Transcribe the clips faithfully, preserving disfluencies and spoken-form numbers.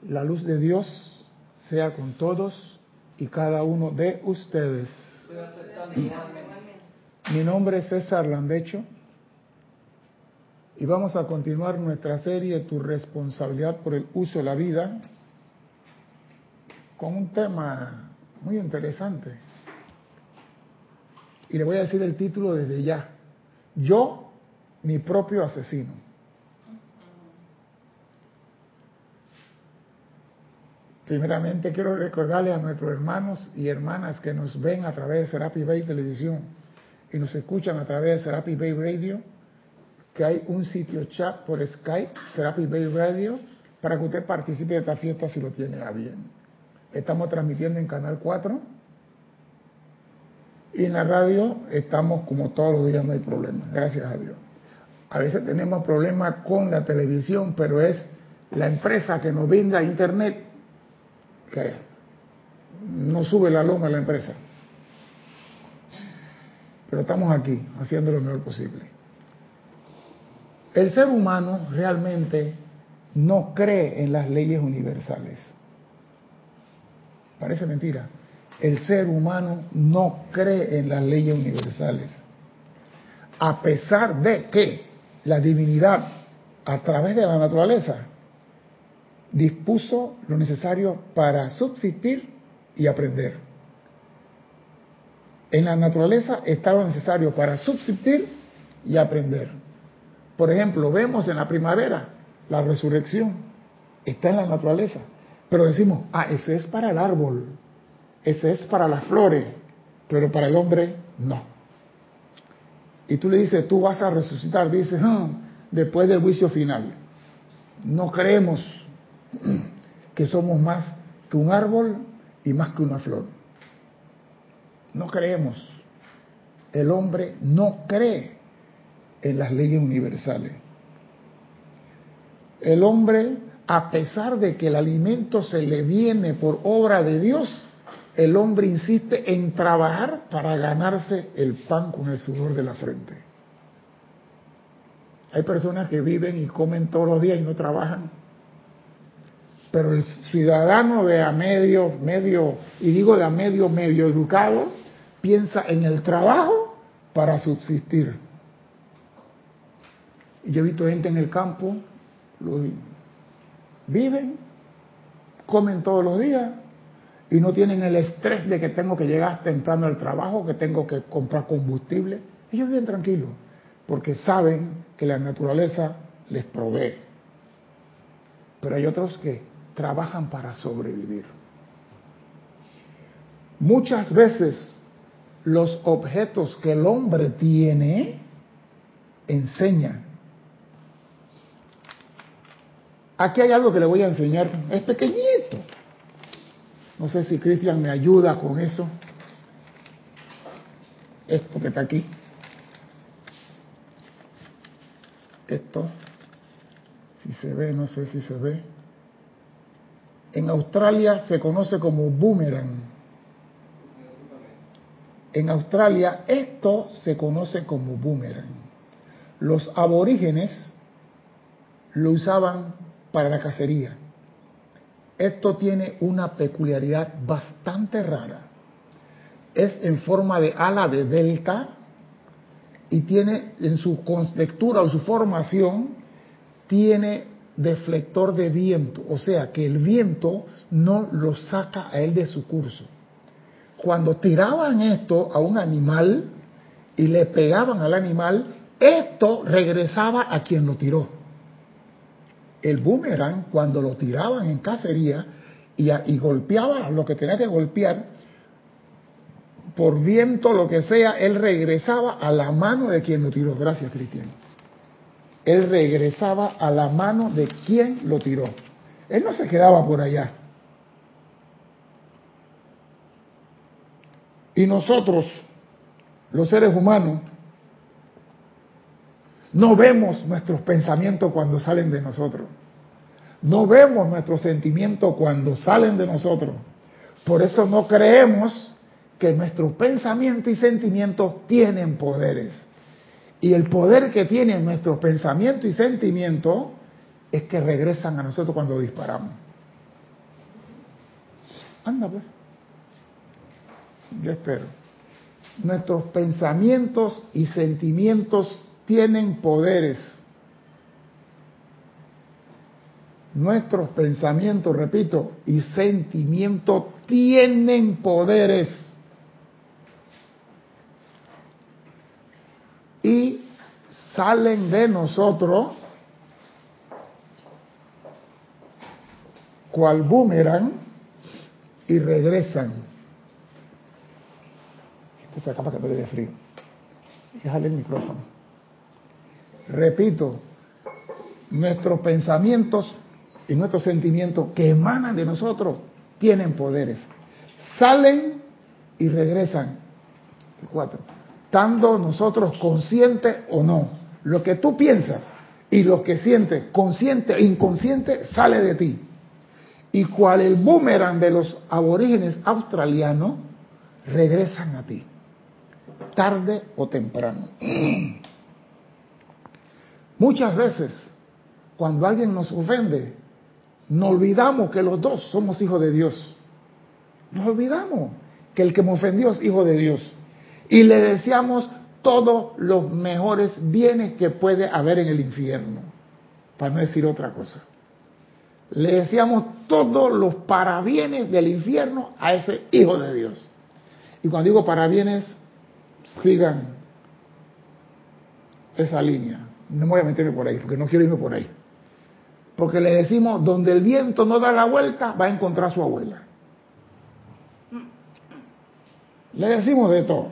La luz de Dios sea con todos y cada uno de ustedes. Mi nombre es César Landecho y vamos a continuar nuestra serie Tu responsabilidad por el uso de la vida con un tema muy interesante. Y le voy a decir el título desde ya. Yo, mi propio asesino. Primeramente quiero recordarle a nuestros hermanos y hermanas que nos ven a través de Serapi Bay Televisión y nos escuchan a través de Serapi Bay Radio, que hay un sitio chat por Skype, Serapi Bay Radio, para que usted participe de esta fiesta si lo tiene a bien. Estamos transmitiendo en Canal cuatro y en la radio estamos como todos los días, no hay problema, gracias a Dios. A veces tenemos problemas con la televisión, pero es la empresa que nos brinda internet que no sube la loma a la empresa. Pero estamos aquí, haciendo lo mejor posible. El ser humano realmente no cree en las leyes universales. Parece mentira. El ser humano no cree en las leyes universales. A pesar de que la divinidad, a través de la naturaleza, dispuso lo necesario para subsistir y aprender. En la naturaleza está lo necesario para subsistir y aprender. Por ejemplo, vemos en la primavera la resurrección, está en la naturaleza, pero decimos, ah, ese es para el árbol, ese es para las flores, pero para el hombre no. Y tú le dices, tú vas a resucitar, dices, ah, después del juicio final. No creemos que somos más que un árbol y más que una flor. No creemos. El hombre no cree en las leyes universales. El hombre, a pesar de que el alimento se le viene por obra de Dios, el hombre insiste en trabajar para ganarse el pan con el sudor de la frente. Hay personas que viven y comen todos los días y no trabajan. Pero el ciudadano de a medio, medio, y digo de a medio, medio educado, piensa en el trabajo para subsistir. Y yo he visto gente en el campo, lo, viven, comen todos los días y no tienen el estrés de que tengo que llegar temprano al trabajo, que tengo que comprar combustible. Ellos viven tranquilos, porque saben que la naturaleza les provee. Pero hay otros que trabajan para sobrevivir. Muchas veces los objetos que el hombre tiene enseñan. Aquí hay algo que le voy a enseñar, es pequeñito. No sé si Cristian me ayuda con eso. Esto que está aquí. Esto, si se ve, no sé si se ve. En Australia se conoce como boomerang. En Australia esto se conoce como boomerang. Los aborígenes lo usaban para la cacería. Esto tiene una peculiaridad bastante rara. Es en forma de ala de delta y tiene en su contextura o su formación, tiene deflector de viento, o sea que el viento no lo saca a él de su curso. Cuando tiraban esto a un animal y le pegaban al animal, esto regresaba a quien lo tiró. El boomerang, cuando lo tiraban en cacería y, a, y golpeaba lo que tenía que golpear, por viento, lo que sea, él regresaba a la mano de quien lo tiró. Gracias, Cristian. Él regresaba a la mano de quien lo tiró. Él no se quedaba por allá. Y nosotros, los seres humanos, no vemos nuestros pensamientos cuando salen de nosotros. No vemos nuestros sentimientos cuando salen de nosotros. Por eso no creemos que nuestros pensamientos y sentimientos tienen poderes. Y el poder que tienen nuestros pensamientos y sentimientos es que regresan a nosotros cuando disparamos. Anda pues, yo espero. Nuestros pensamientos y sentimientos tienen poderes. Nuestros pensamientos, repito, y sentimientos tienen poderes. Y salen de nosotros cual boomerang y regresan. Esto se acaba que no le dé frío. Déjale el micrófono. Repito, nuestros pensamientos y nuestros sentimientos que emanan de nosotros tienen poderes. Salen y regresan. Cuatro. Estando nosotros conscientes o no. Lo que tú piensas y lo que sientes, consciente e inconsciente, sale de ti. Y cual el boomerang de los aborígenes australianos, regresan a ti. Tarde o temprano. Muchas veces, cuando alguien nos ofende, nos olvidamos que los dos somos hijos de Dios. Nos olvidamos que el que me ofendió es hijo de Dios. Y le deseamos todos los mejores bienes que puede haber en el infierno, para no decir otra cosa. Le deseamos todos los parabienes del infierno a ese hijo de Dios. Y cuando digo parabienes, sigan esa línea. No me voy a meterme por ahí, porque no quiero irme por ahí. Porque le decimos, donde el viento no da la vuelta, va a encontrar a su abuela. Le decimos de todo.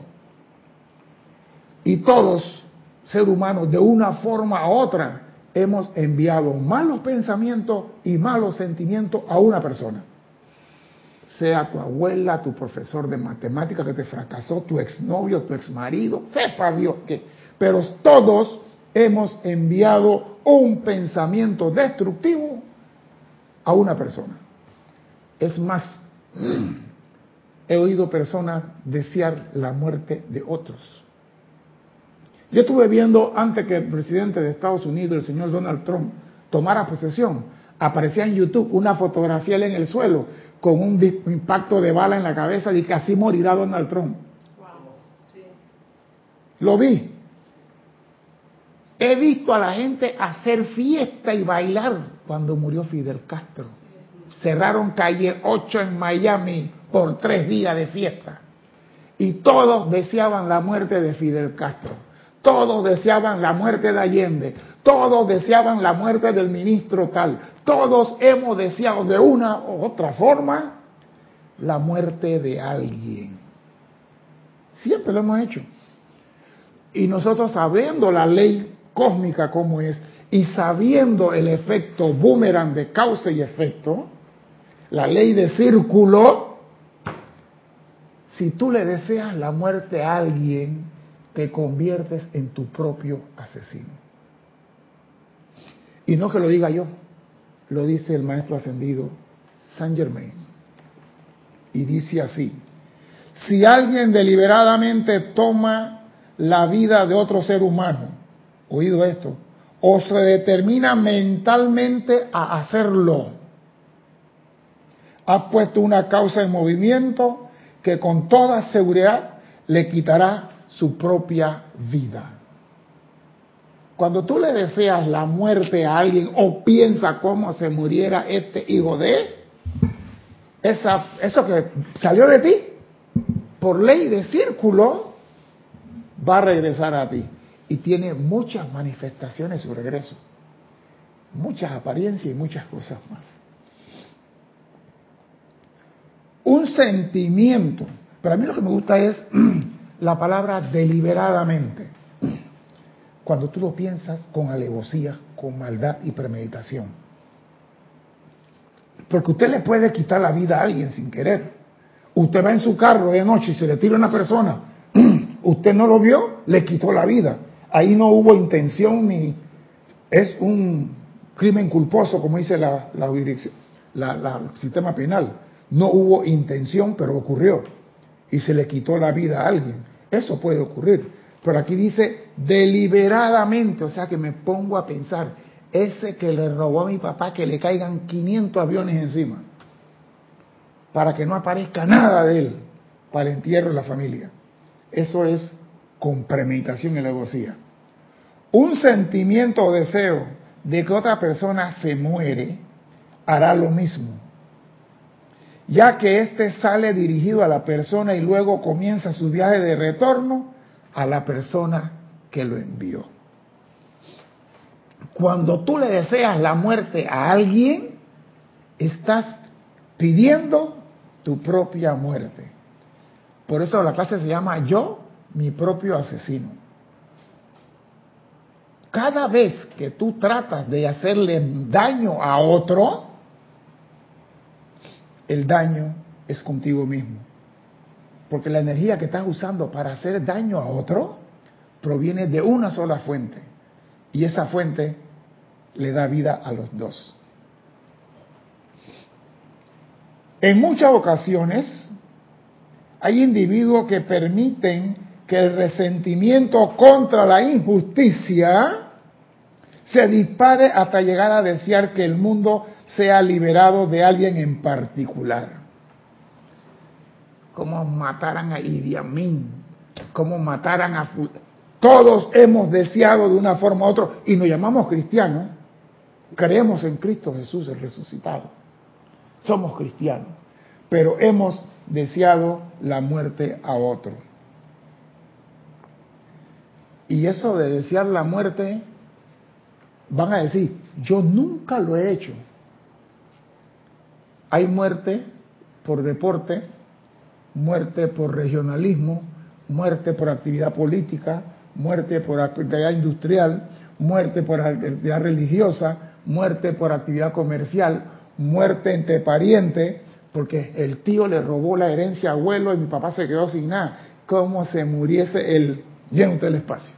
Y todos, seres humanos, de una forma u otra, hemos enviado malos pensamientos y malos sentimientos a una persona. Sea tu abuela, tu profesor de matemáticas que te fracasó, tu exnovio, tu exmarido, sepa Dios qué. Pero todos hemos enviado un pensamiento destructivo a una persona. Es más, he oído personas desear la muerte de otros. Yo estuve viendo, antes que el presidente de Estados Unidos, el señor Donald Trump, tomara posesión, aparecía en YouTube una fotografía él en el suelo con un impacto de bala en la cabeza y que así morirá Donald Trump. Wow. Sí. Lo vi. He visto a la gente hacer fiesta y bailar cuando murió Fidel Castro. Cerraron calle ocho en Miami por tres días de fiesta. Y todos deseaban la muerte de Fidel Castro. Todos deseaban la muerte de Allende. Todos deseaban la muerte del ministro tal. Todos hemos deseado de una u otra forma la muerte de alguien. Siempre lo hemos hecho. Y nosotros, sabiendo la ley cósmica como es, y sabiendo el efecto boomerang de causa y efecto, la ley de círculo, si tú le deseas la muerte a alguien, te conviertes en tu propio asesino. Y no que lo diga yo, lo dice el maestro ascendido Saint Germain. Y dice así: si alguien deliberadamente toma la vida de otro ser humano, oído esto, o se determina mentalmente a hacerlo, ha puesto una causa en movimiento que con toda seguridad le quitará su propia vida. Cuando tú le deseas la muerte a alguien o piensas cómo se muriera este hijo de, esa, eso que salió de ti, por ley de círculo, va a regresar a ti. Y tiene muchas manifestaciones su regreso. Muchas apariencias y muchas cosas más. Un sentimiento. Pero a mí lo que me gusta es la palabra deliberadamente. Cuando tú lo piensas con alevosía, con maldad y premeditación. Porque usted le puede quitar la vida a alguien sin querer. Usted va en su carro de noche y se le tira a una persona. Usted no lo vio, le quitó la vida. Ahí no hubo intención ni... Es un crimen culposo, como dice la, la, la, la, el sistema penal. No hubo intención, pero ocurrió. Y se le quitó la vida a alguien. Eso puede ocurrir. Pero aquí dice deliberadamente, o sea que me pongo a pensar, ese que le robó a mi papá, que le caigan quinientos aviones encima. para que no aparezca nada de él para el entierro de la familia. Eso es con premeditación y alevosía. Un sentimiento o deseo de que otra persona se muere hará lo mismo, ya que éste sale dirigido a la persona y luego comienza su viaje de retorno a la persona que lo envió. Cuando tú le deseas la muerte a alguien, estás pidiendo tu propia muerte. Por eso la clase se llama Yo, mi propio asesino. Cada vez que tú tratas de hacerle daño a otro, el daño es contigo mismo. Porque la energía que estás usando para hacer daño a otro proviene de una sola fuente. Y esa fuente le da vida a los dos. En muchas ocasiones hay individuos que permiten que el resentimiento contra la injusticia se dispare hasta llegar a desear que el mundo sea liberado de alguien en particular. Como mataran a Idi Amin, como mataran a... Todos hemos deseado de una forma u otra, y nos llamamos cristianos, creemos en Cristo Jesús el resucitado, somos cristianos, pero hemos deseado la muerte a otro. Y eso de desear la muerte, van a decir, yo nunca lo he hecho. Hay muerte por deporte, muerte por regionalismo, muerte por actividad política, muerte por actividad industrial, muerte por actividad religiosa, muerte por actividad comercial, muerte entre parientes, porque el tío le robó la herencia a abuelo y mi papá se quedó sin nada. Como se muriese el lleno del espacio.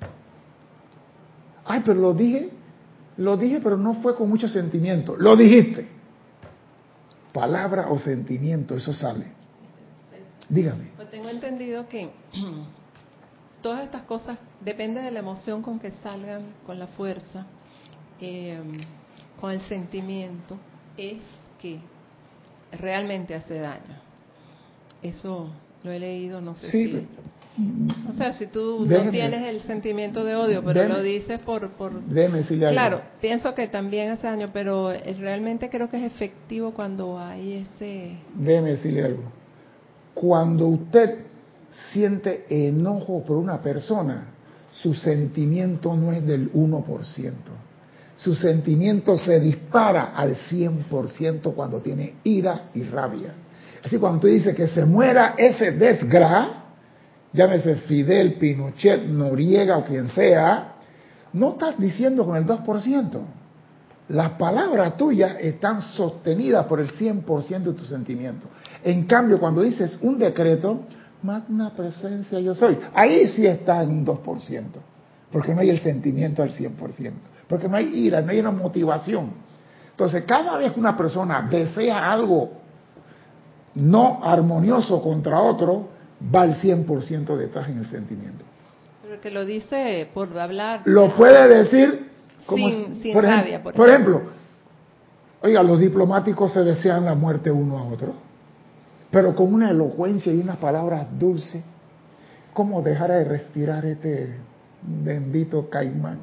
Ay, pero lo dije, lo dije, pero no fue con mucho sentimiento. Lo dijiste. Palabra o sentimiento, eso sale. Dígame. Pues tengo entendido que todas estas cosas depende de la emoción con que salgan, con la fuerza, eh, con el sentimiento, es que realmente hace daño. Eso lo he leído, no sé sí, si... O sea, si tú déjeme, no tienes el sentimiento de odio, pero déjeme, lo dices por... por déjeme decirle claro, algo. pienso que también hace daño, pero realmente creo que es efectivo cuando hay ese... Déjeme decirle algo. Cuando usted siente enojo por una persona, su sentimiento no es del uno por ciento. Su sentimiento se dispara al cien por ciento cuando tiene ira y rabia. Así cuando tú dices que se muera ese desgra, llámese Fidel, Pinochet, Noriega o quien sea, no estás diciendo con el dos por ciento. Las palabras tuyas están sostenidas por el cien por ciento de tu sentimiento. En cambio, cuando dices un decreto, magna presencia yo soy, ahí sí está en un dos por ciento, porque no hay el sentimiento al cien por ciento, porque no hay ira, no hay una motivación. Entonces, cada vez que una persona desea algo no armonioso contra otro, va al cien por ciento detrás en el sentimiento. Pero que lo dice por hablar. Lo puede decir como sin, sin por rabia, ejemplo, por, por ejemplo, oiga, los diplomáticos se desean la muerte uno a otro, pero con una elocuencia y unas palabras dulces. ¿Cómo dejar de respirar este bendito caimán?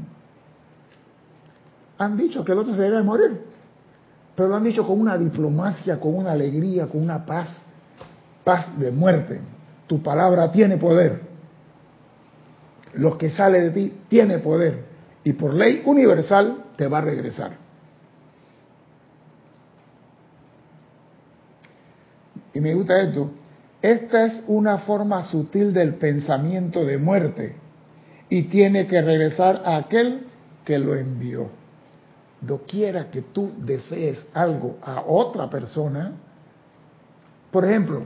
Han dicho que el otro se debe morir, pero lo han dicho con una diplomacia, con una alegría, con una paz, paz de muerte. Tu palabra tiene poder. Lo que sale de ti tiene poder. Y por ley universal te va a regresar. Y me gusta esto. Esta es una forma sutil del pensamiento de muerte. Y tiene que regresar a aquel que lo envió. Doquiera que tú desees algo a otra persona, por ejemplo,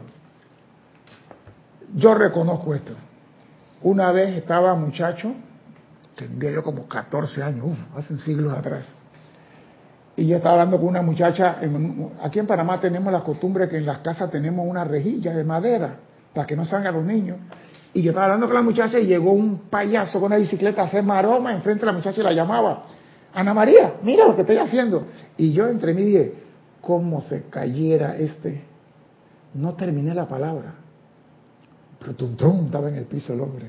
yo reconozco esto. Una vez estaba muchacho, tendría yo como catorce años, uf, hace siglos atrás, y yo estaba hablando con una muchacha. En, aquí en Panamá tenemos la costumbre que en las casas tenemos una rejilla de madera para que no salgan los niños. Y yo estaba hablando con la muchacha y llegó un payaso con una bicicleta a hacer maroma enfrente de la muchacha y la llamaba: Ana María, mira lo que estoy haciendo. Y yo entre mí dije, cómo se cayera este No terminé la palabra. Pero tum, tum, estaba en el piso el hombre.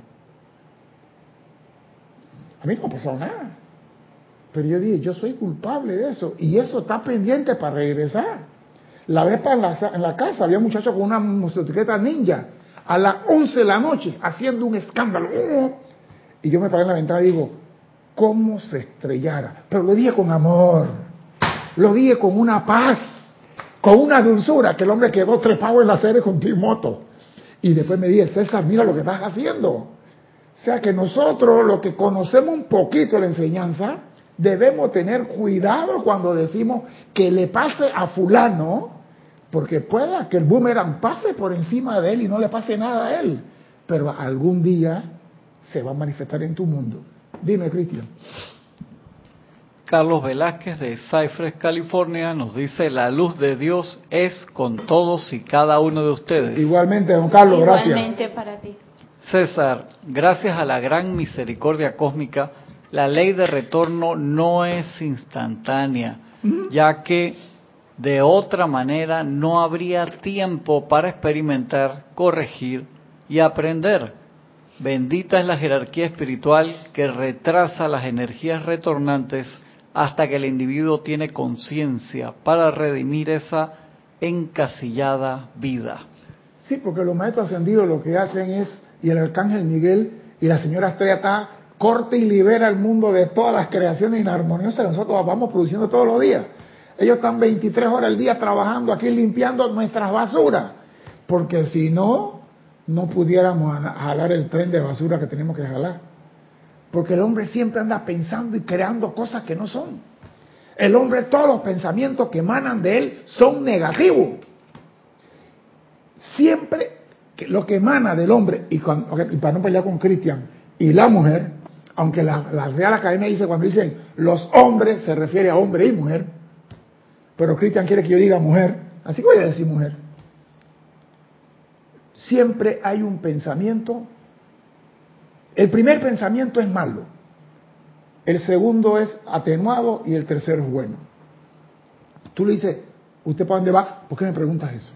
A mí no me pasó nada. Pero yo dije, yo soy culpable de eso. Y eso está pendiente para regresar. La vez para en la, en la casa había un muchacho con una motocicleta ninja a las once de la noche haciendo un escándalo. Y yo me paré en la ventana y digo, ¿cómo se estrellara? Pero lo dije con amor. Lo dije con una paz. Con una dulzura, que el hombre quedó trepado en la serie con Timoto. Y después me dije, César, mira lo que estás haciendo. O sea que nosotros, los que conocemos un poquito la enseñanza, debemos tener cuidado cuando decimos que le pase a fulano, porque pueda que el boomerang pase por encima de él y no le pase nada a él. Pero algún día se va a manifestar en tu mundo. Dime, Cristian. Carlos Velázquez de Cypress, California, nos dice: la luz de Dios es con todos y cada uno de ustedes. Igualmente, don Carlos, gracias. Igualmente para ti. César, gracias a la gran misericordia cósmica, la ley de retorno no es instantánea, ya que de otra manera no habría tiempo para experimentar, corregir y aprender. Bendita es la jerarquía espiritual que retrasa las energías retornantes hasta que el individuo tiene conciencia para redimir esa encasillada vida. Sí, porque los maestros ascendidos lo que hacen es, y el arcángel Miguel y la señora Estrella está, corta y libera el mundo de todas las creaciones inarmoniosas que nosotros vamos produciendo todos los días. Ellos están veintitrés horas al día trabajando aquí limpiando nuestras basuras, porque si no, no pudiéramos jalar el tren de basura que tenemos que jalar. Porque el hombre siempre anda pensando y creando cosas que no son. El hombre, todos los pensamientos que emanan de él son negativos. Siempre lo que emana del hombre, y, cuando, y para no pelear con Cristian, y la mujer, aunque la, la Real Academia dice, cuando dicen los hombres, se refiere a hombre y mujer, pero Cristian quiere que yo diga mujer, así que voy a decir mujer. Siempre hay un pensamiento. El primer pensamiento es malo, el segundo es atenuado y el tercero es bueno. Tú le dices, ¿usted para dónde va? ¿Por qué me preguntas eso?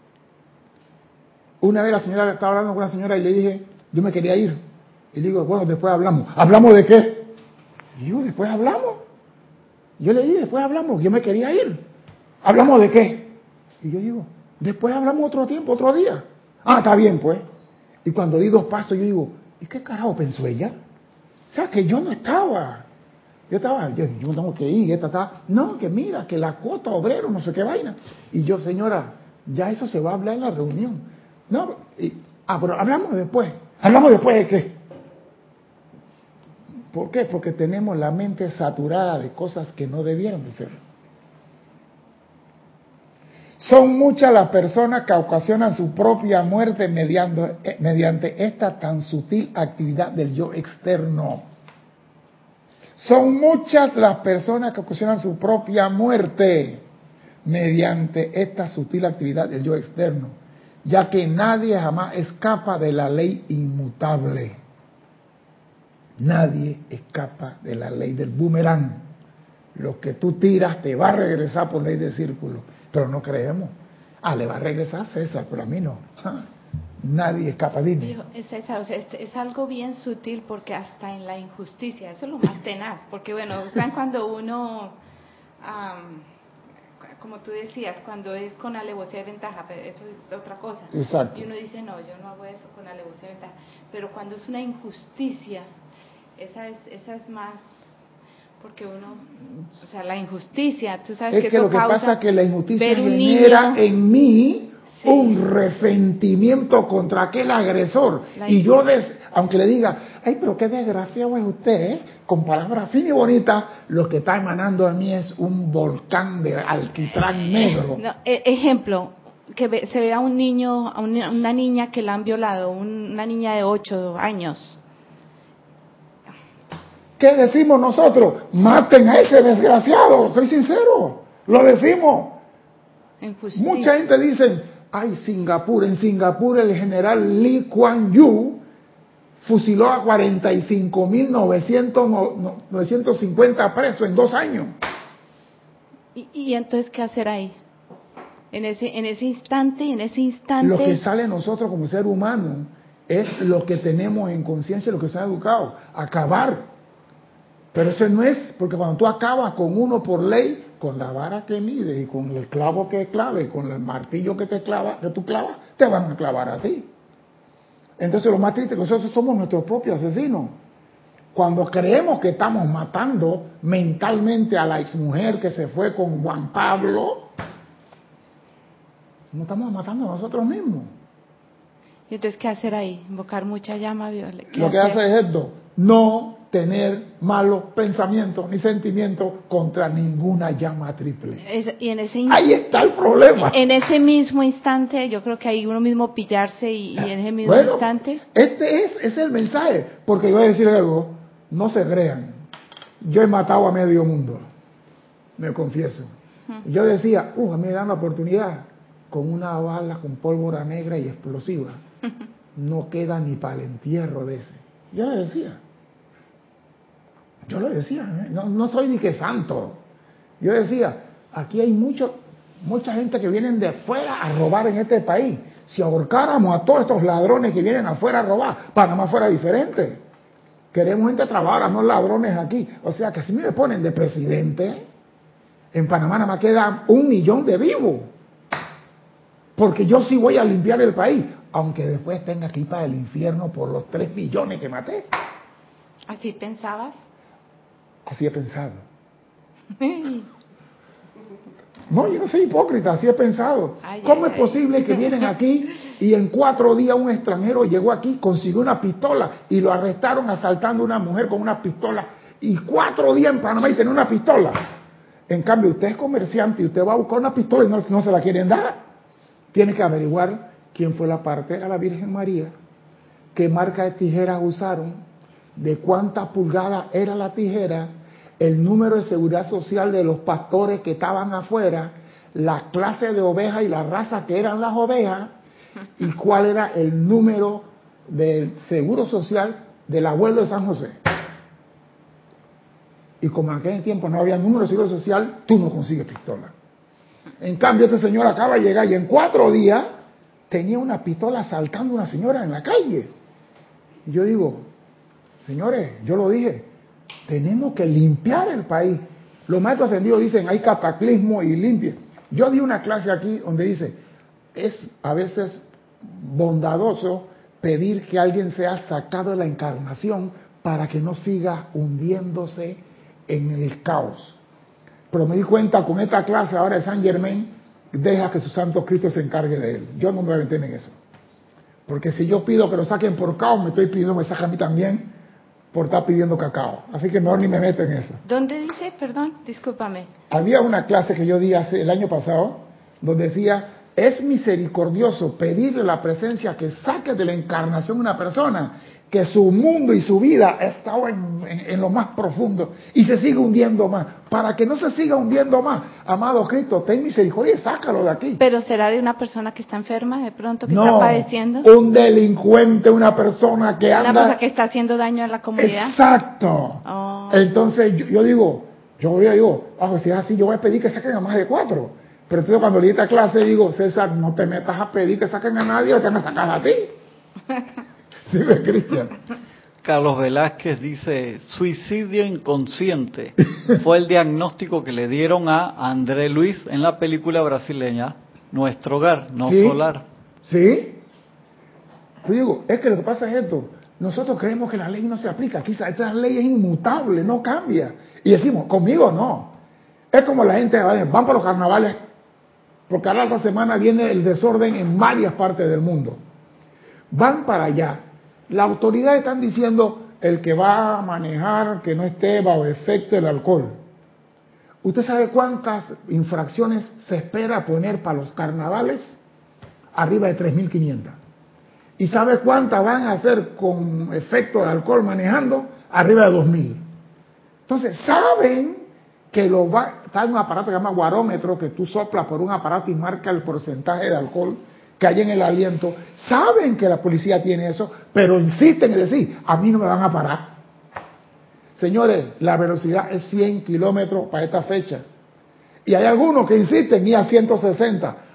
Una vez la señora estaba hablando con una señora y le dije, yo me quería ir. Y le digo, bueno, después hablamos. ¿Hablamos de qué? Y yo, después hablamos. Yo le dije, después hablamos, yo me quería ir. ¿Hablamos de qué? Y yo digo, después hablamos otro tiempo, otro día. Ah, está bien, pues. Y cuando di dos pasos, yo digo, ¿y qué carajo pensó ella? O sea, que yo no estaba. Yo estaba, yo, yo tengo que ir, esta está. No, que mira, que la cuota obrero, no sé qué vaina. Y yo, señora, ya eso se va a hablar en la reunión. No, y, ah, pero hablamos después. ¿Hablamos después de qué? ¿Por qué? Porque tenemos la mente saturada de cosas que no debieron de ser. Son muchas las personas que ocasionan su propia muerte mediante, mediante esta tan sutil actividad del yo externo. Son muchas las personas que ocasionan su propia muerte mediante esta sutil actividad del yo externo, ya que nadie jamás escapa de la ley inmutable. Nadie escapa de la ley del boomerang. Lo que tú tiras te va a regresar por ley de círculo. Pero no creemos. Ah, le va a regresar a César, pero a mí no. Ja, nadie escapa, dime. César, o sea, es, es algo bien sutil porque hasta en la injusticia, eso es lo más tenaz. Porque bueno, ¿saben cuando uno, um, como tú decías, cuando es con alevosía y ventaja, pero eso es otra cosa. Exacto. Y uno dice, no, yo no hago eso con alevosía y ventaja. Pero cuando es una injusticia, esa es, esa es más... Porque uno, o sea, la injusticia, tú sabes es que, que eso lo que causa pasa es que la injusticia niño, genera en mí sí, un resentimiento contra aquel agresor. Y yo, des, aunque le diga, ay, pero qué desgraciado es usted, ¿eh? Con palabras finas y bonitas, lo que está emanando de mí es un volcán de alquitrán negro. No, ejemplo, que ve, se vea un niño, a una, una niña que la han violado, un, una niña de ocho años. ¿Qué decimos nosotros? Maten a ese desgraciado, soy sincero, lo decimos. Injusticia. Mucha gente dice, ay, Singapur, en Singapur el general Lee Kuan Yew fusiló a cuarenta y cinco mil novecientos cincuenta presos en dos años. ¿Y, y entonces qué hacer ahí? En ese, en ese instante, en ese instante. Lo que sale de nosotros como ser humano es lo que tenemos en conciencia, lo que se ha educado, acabar. Pero eso no es, porque cuando tú acabas con uno por ley, con la vara que mide y con el clavo que clave, con el martillo que te clava, que tú clavas, te van a clavar a ti. Entonces lo más triste es que nosotros somos nuestros propios asesinos. Cuando creemos que estamos matando mentalmente a la exmujer que se fue con Juan Pablo, no estamos matando a nosotros mismos. ¿Y entonces qué hacer ahí? Invocar mucha llama violeta. Lo que hace es esto, no tener malos pensamientos ni sentimientos contra ninguna llama triple. Es, y en ese ahí está el problema. En ese mismo instante, yo creo que ahí uno mismo pillarse y, y en ese mismo bueno, instante. Este es, es el mensaje, porque yo voy a decir algo, no se crean. Yo he matado a medio mundo, me confieso. Uh-huh. Yo decía, uh, a mí me dan la oportunidad con una bala con pólvora negra y explosiva. Uh-huh. No queda ni para el entierro de ese. Yo lo decía. Yo lo decía, ¿eh? no, no soy ni que santo. Yo decía, aquí hay mucho, mucha gente que vienen de afuera a robar en este país. Si ahorcáramos a todos estos ladrones que vienen afuera a robar, Panamá fuera diferente. Queremos gente trabajadora, no ladrones aquí. O sea que si me ponen de presidente, en Panamá nada más queda un millón de vivos. Porque yo sí voy a limpiar el país, aunque después tenga que ir para el infierno por los tres millones que maté. ¿Así pensabas? Así he pensado. No, yo no soy hipócrita, así he pensado. Ay, ¿Cómo ay, es posible ay. que vienen aquí y en cuatro días un extranjero llegó aquí, consiguió una pistola y lo arrestaron asaltando a una mujer con una pistola y cuatro días en Panamá y tiene una pistola? En cambio, usted es comerciante y usted va a buscar una pistola y no, no se la quieren dar. Tiene que averiguar quién fue la partera, la Virgen María, qué marca de tijeras usaron, de cuánta pulgada era la tijera, el número de seguridad social de los pastores que estaban afuera, la clase de ovejas y la raza que eran las ovejas, y cuál era el número del seguro social del abuelo de San José. Y como en aquel tiempo no había número de seguro social, tú no consigues pistola. En cambio, este señor acaba de llegar y en cuatro días tenía una pistola asaltando a una señora en la calle. Y yo digo, señores, yo lo dije, tenemos que limpiar el país. Los maestros ascendidos dicen, hay cataclismo y limpia. Yo di una clase aquí donde dice, es a veces bondadoso pedir que alguien sea sacado de la encarnación para que no siga hundiéndose en el caos. Pero me di cuenta con esta clase ahora de San Germain, deja que su Santo Cristo se encargue de él. Yo no me voy a meter en eso. Porque si yo pido que lo saquen por caos, me estoy pidiendo que me saquen a mí también por estar pidiendo cacao. Así que mejor ni me meto en eso. ¿Dónde dice? Perdón, discúlpame. Había una clase que yo di hace el año pasado, donde decía, es misericordioso pedirle la presencia que saque de la encarnación una persona que su mundo y su vida ha estado en, en, en lo más profundo y se sigue hundiendo más. Para que no se siga hundiendo más, amado Cristo, ten misericordia y sácalo de aquí. ¿Pero será de una persona que está enferma de pronto, que no, está padeciendo? Un delincuente, una persona que anda... Una persona que está haciendo daño a la comunidad. Exacto. Oh. Entonces yo, yo digo, yo digo, ah, si es así, yo voy a pedir que saquen a más de cuatro. Pero entonces cuando leí esta clase digo, César, no te metas a pedir que saquen a nadie o te van a sacar a ti. ¿Sí ves, Cristian? Carlos Velázquez dice, suicidio inconsciente fue el diagnóstico que le dieron a André Luis en la película brasileña Nuestro Hogar, no ¿Sí? Solar. Sí. Yo digo, es que lo que pasa es esto, nosotros creemos que la ley no se aplica, quizás esta ley es inmutable, no cambia. Y decimos, conmigo no. Es como la gente, van para los carnavales, porque a la otra semana viene el desorden en varias partes del mundo. Van para allá. Las autoridades están diciendo, el que va a manejar, que no esté bajo efecto del alcohol. ¿Usted sabe cuántas infracciones se espera poner para los carnavales? Arriba de tres mil quinientas. ¿Y sabe cuántas van a hacer con efecto de alcohol manejando? Arriba de dos mil. Entonces, saben que lo va, está en un aparato que se llama guarómetro, que tú soplas por un aparato y marca el porcentaje de alcohol que hay en el aliento. Saben que la policía tiene eso, pero insisten en decir, a mí no me van a parar. Señores, la velocidad es cien kilómetros para esta fecha. Y hay algunos que insisten en ir a ciento sesenta.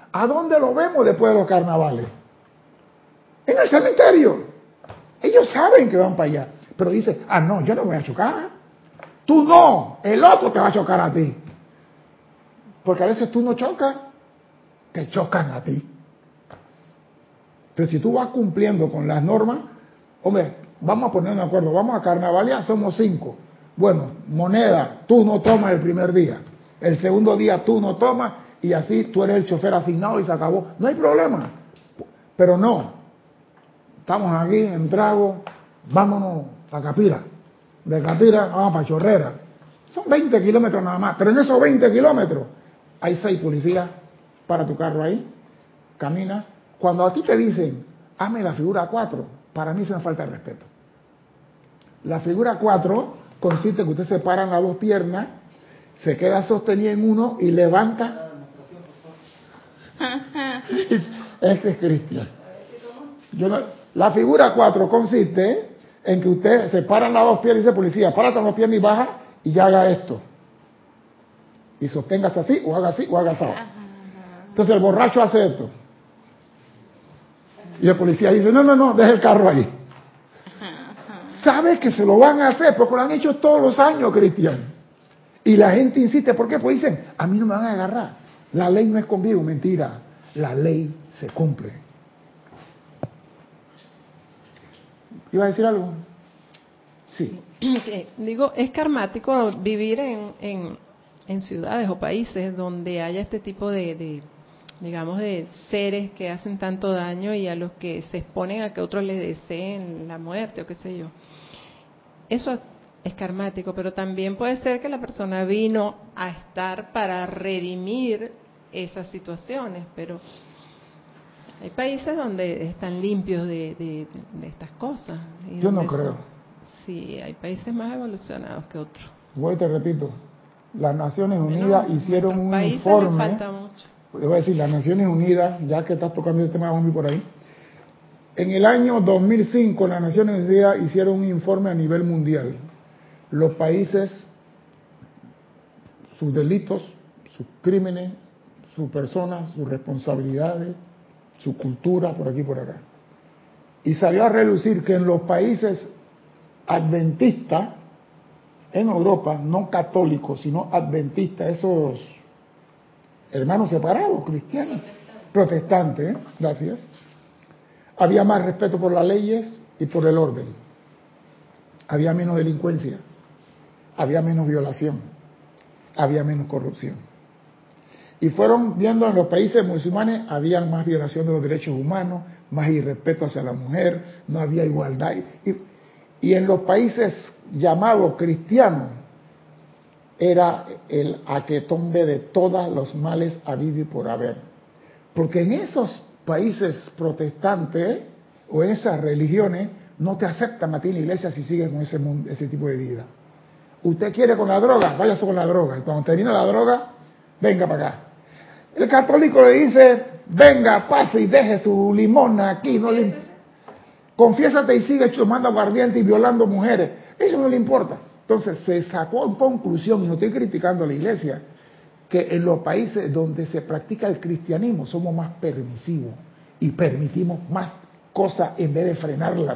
¿A dónde lo vemos después de los carnavales? En el cementerio. Ellos saben que van para allá. Pero dicen, ah, no, yo no voy a chocar. Tú no, el otro te va a chocar a ti. Porque a veces tú no chocas, te chocan a ti. Pero si tú vas cumpliendo con las normas, hombre, vamos a poner de acuerdo, vamos a carnavalear, somos cinco. Bueno, moneda, tú no tomas el primer día. El segundo día tú no tomas y así tú eres el chofer asignado y se acabó. No hay problema. Pero no. Estamos aquí en Trago, vámonos a Capira. De Capira vamos para Chorrera. Son veinte kilómetros nada más. Pero en esos veinte kilómetros hay seis policías para tu carro ahí. Camina. Cuando a ti te dicen, hazme la figura cuatro, para mí se me falta el respeto. La figura cuatro consiste en que usted se para en las dos piernas, se queda sostenido en uno y levanta. Ese es Cristian. Yo no, la figura cuatro consiste en que usted se para en las dos piernas y dice, policía, párate en las piernas y baja y ya haga esto. Y sosténgase así, o haga así, o haga así. Entonces el borracho hace esto. Y el policía dice, no, no, no, deja el carro ahí. Sabe que se lo van a hacer, porque lo han hecho todos los años, Cristian. Y la gente insiste, ¿por qué? Pues dicen, a mí no me van a agarrar. La ley no es conmigo, mentira. La ley se cumple. ¿Iba a decir algo? Sí. Okay. Digo, es karmático vivir en, en, en ciudades o países donde haya este tipo de, de, digamos, de seres que hacen tanto daño y a los que se exponen a que otros les deseen la muerte o qué sé yo. Eso es karmático, pero también puede ser que la persona vino a estar para redimir esas situaciones, pero hay países donde están limpios de, de, de estas cosas. Y Yo no donde creo. son, sí, hay países más evolucionados que otros. Voy y te repito, las Naciones Bueno, Unidas hicieron un informe. Les falta mucho. Yo voy a decir, las Naciones Unidas, ya que estás tocando el tema, vamos a ir por ahí. En el año dos mil cinco, las Naciones Unidas hicieron un informe a nivel mundial. Los países, sus delitos, sus crímenes, sus personas, sus responsabilidades, su cultura, por aquí y por acá. Y salió a relucir que en los países adventistas, en Europa, no católicos, sino adventistas, esos hermanos separados, cristianos, protestantes, ¿eh? Gracias, había más respeto por las leyes y por el orden. Había menos delincuencia, había menos violación, había menos corrupción. Y fueron viendo en los países musulmanes, había más violación de los derechos humanos, más irrespeto hacia la mujer, no había igualdad. Y, y en los países llamados cristianos, era el aquetombe de todos los males habidos y por haber. Porque en esos países protestantes o en esas religiones no te aceptan a ti en la iglesia si sigues con ese, ese tipo de vida. Usted quiere con la droga, váyase con la droga. Y cuando termina la droga, venga para acá. El católico le dice, venga, pase y deje su limona aquí. No le... Confiésate y sigue tomando aguardiente y violando mujeres. Eso no le importa. Entonces se sacó en conclusión, y no estoy criticando a la iglesia, que en los países donde se practica el cristianismo somos más permisivos y permitimos más cosas en vez de frenarlas,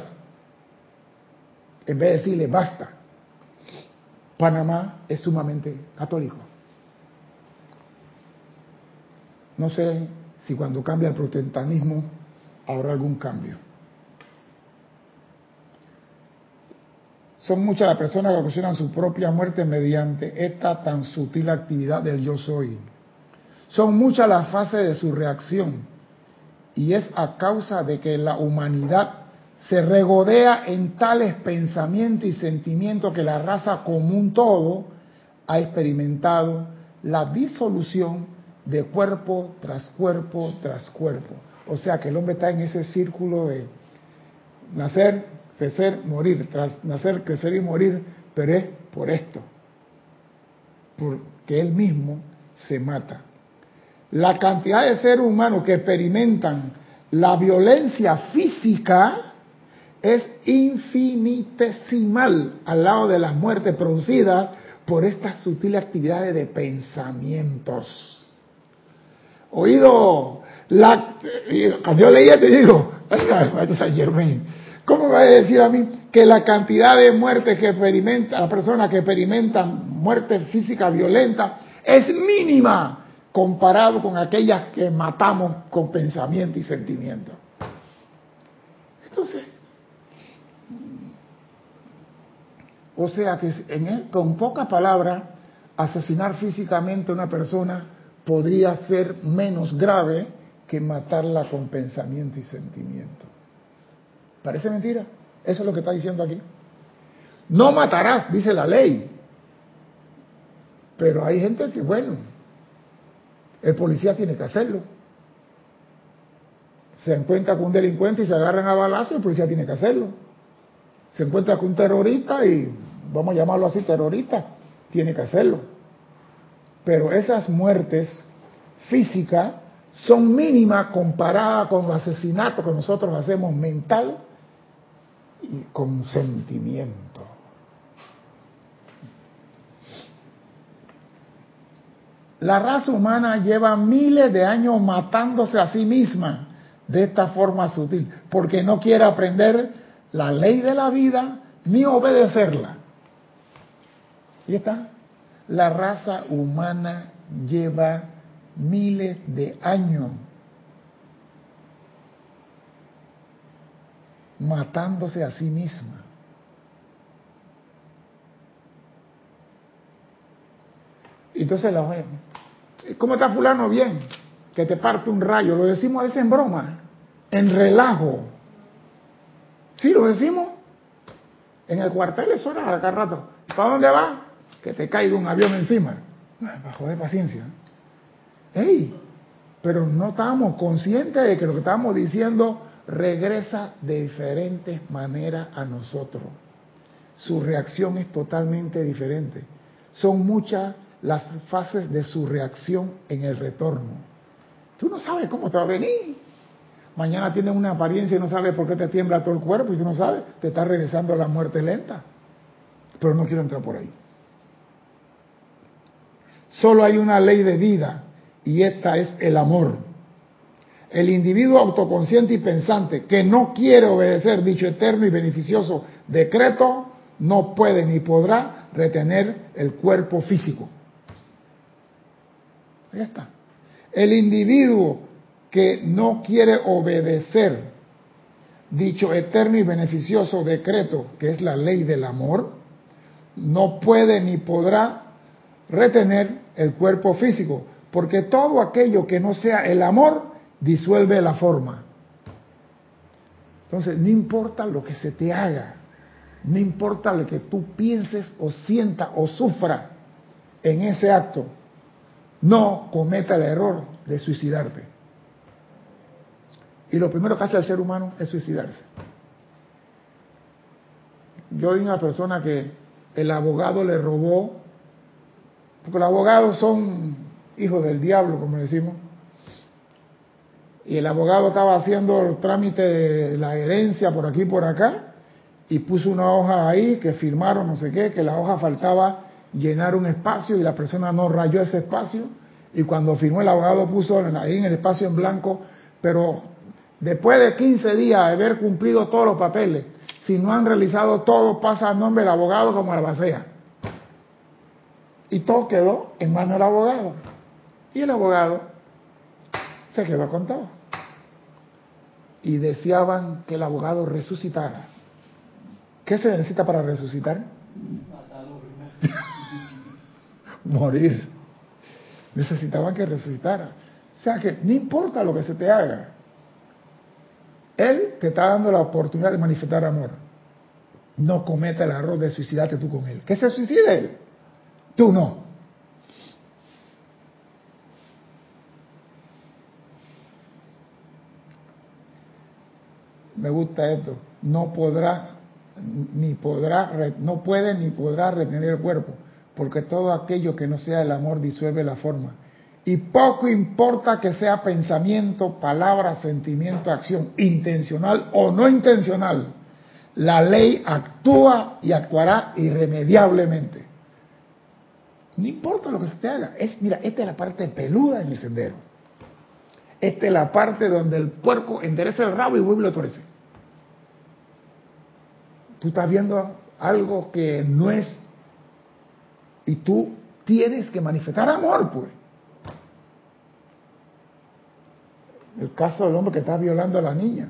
en vez de decirle basta. Panamá es sumamente católico. No sé si cuando cambia el protestantismo habrá algún cambio. Son muchas las personas que ocasionan su propia muerte mediante esta tan sutil actividad del yo soy. Son muchas las fases de su reacción y es a causa de que la humanidad se regodea en tales pensamientos y sentimientos que la raza común todo ha experimentado la disolución de cuerpo tras cuerpo tras cuerpo. O sea que el hombre está en ese círculo de nacer, crecer, morir, tras nacer, crecer y morir, pero es por esto, porque él mismo se mata. La cantidad de seres humanos que experimentan la violencia física es infinitesimal al lado de las muertes producidas por estas sutiles actividades de pensamientos. Oído, La, cuando yo leía te digo, oiga, San Germain, ¿cómo va a decir a mí que la cantidad de muertes que experimenta, las personas que experimentan muerte física violenta es mínima comparado con aquellas que matamos con pensamiento y sentimiento? Entonces, o sea que en él, con pocas palabras, asesinar físicamente a una persona podría ser menos grave que matarla con pensamiento y sentimiento. ¿Parece mentira? Eso es lo que está diciendo aquí. No matarás, dice la ley. Pero hay gente que, bueno, el policía tiene que hacerlo. Se encuentra con un delincuente y se agarran a balazo, el policía tiene que hacerlo. Se encuentra con un terrorista y, vamos a llamarlo así, terrorista, tiene que hacerlo. Pero esas muertes físicas son mínimas comparadas con los asesinatos que nosotros hacemos mental y con sentimiento. La raza humana lleva miles de años matándose a sí misma de esta forma sutil, porque no quiere aprender la ley de la vida ni obedecerla. Y está. La raza humana lleva miles de años matándose a sí misma. Entonces, la ¿cómo está fulano? Bien, que te parte un rayo. Lo decimos a veces en broma, en relajo. Sí, lo decimos. En el cuartel es hora de cada rato. ¿Para dónde va? Que te caiga un avión encima. Bajo de paciencia. ¡Ey! Pero no estábamos conscientes de que lo que estábamos diciendo regresa de diferentes maneras a nosotros. Su reacción es totalmente diferente. Son muchas las fases de su reacción en el retorno. Tú no sabes cómo te va a venir. Mañana tienes una apariencia y no sabes por qué te tiembla todo el cuerpo y tú no sabes, te está regresando a la muerte lenta. Pero no quiero entrar por ahí. Solo hay una ley de vida y esta es el amor. El individuo autoconsciente y pensante que no quiere obedecer dicho eterno y beneficioso decreto no puede ni podrá retener el cuerpo físico. Ahí está. El individuo que no quiere obedecer dicho eterno y beneficioso decreto, que es la ley del amor, no puede ni podrá retener el cuerpo físico, porque todo aquello que no sea el amor disuelve la forma. Entonces, no importa lo que se te haga, no importa lo que tú pienses o sientas o sufras en ese acto, no cometa el error de suicidarte. Y lo primero que hace el ser humano es suicidarse. Yo vi una persona que el abogado le robó, porque los abogados son hijos del diablo, como decimos, y el abogado estaba haciendo el trámite de la herencia por aquí y por acá, y puso una hoja ahí que firmaron no sé qué, que la hoja faltaba llenar un espacio y la persona no rayó ese espacio, y cuando firmó el abogado puso ahí en el espacio en blanco, pero después de quince días de haber cumplido todos los papeles, si no han realizado todo, pasa a nombre del abogado como albacea. Y todo quedó en manos del abogado. Y el abogado se quedó con todo. Y deseaban que el abogado resucitara. ¿Qué se necesita para resucitar? Morir. Necesitaban que resucitara. O sea que no importa lo que se te haga. Él te está dando la oportunidad de manifestar amor. No cometa el error de suicidarte tú con él. Que se suicide él. Tú no. Me gusta esto. No podrá, ni podrá, no puede ni podrá retener el cuerpo, porque todo aquello que no sea el amor disuelve la forma. Y poco importa que sea pensamiento, palabra, sentimiento, acción, intencional o no intencional. La ley actúa y actuará irremediablemente. No importa lo que se te haga. Es, mira, esta es la parte peluda en el sendero. Esta es la parte donde el puerco endereza el rabo y vuelve y lo tuerce. Tú estás viendo algo que no es, y tú tienes que manifestar amor, pues. El caso del hombre que está violando a la niña.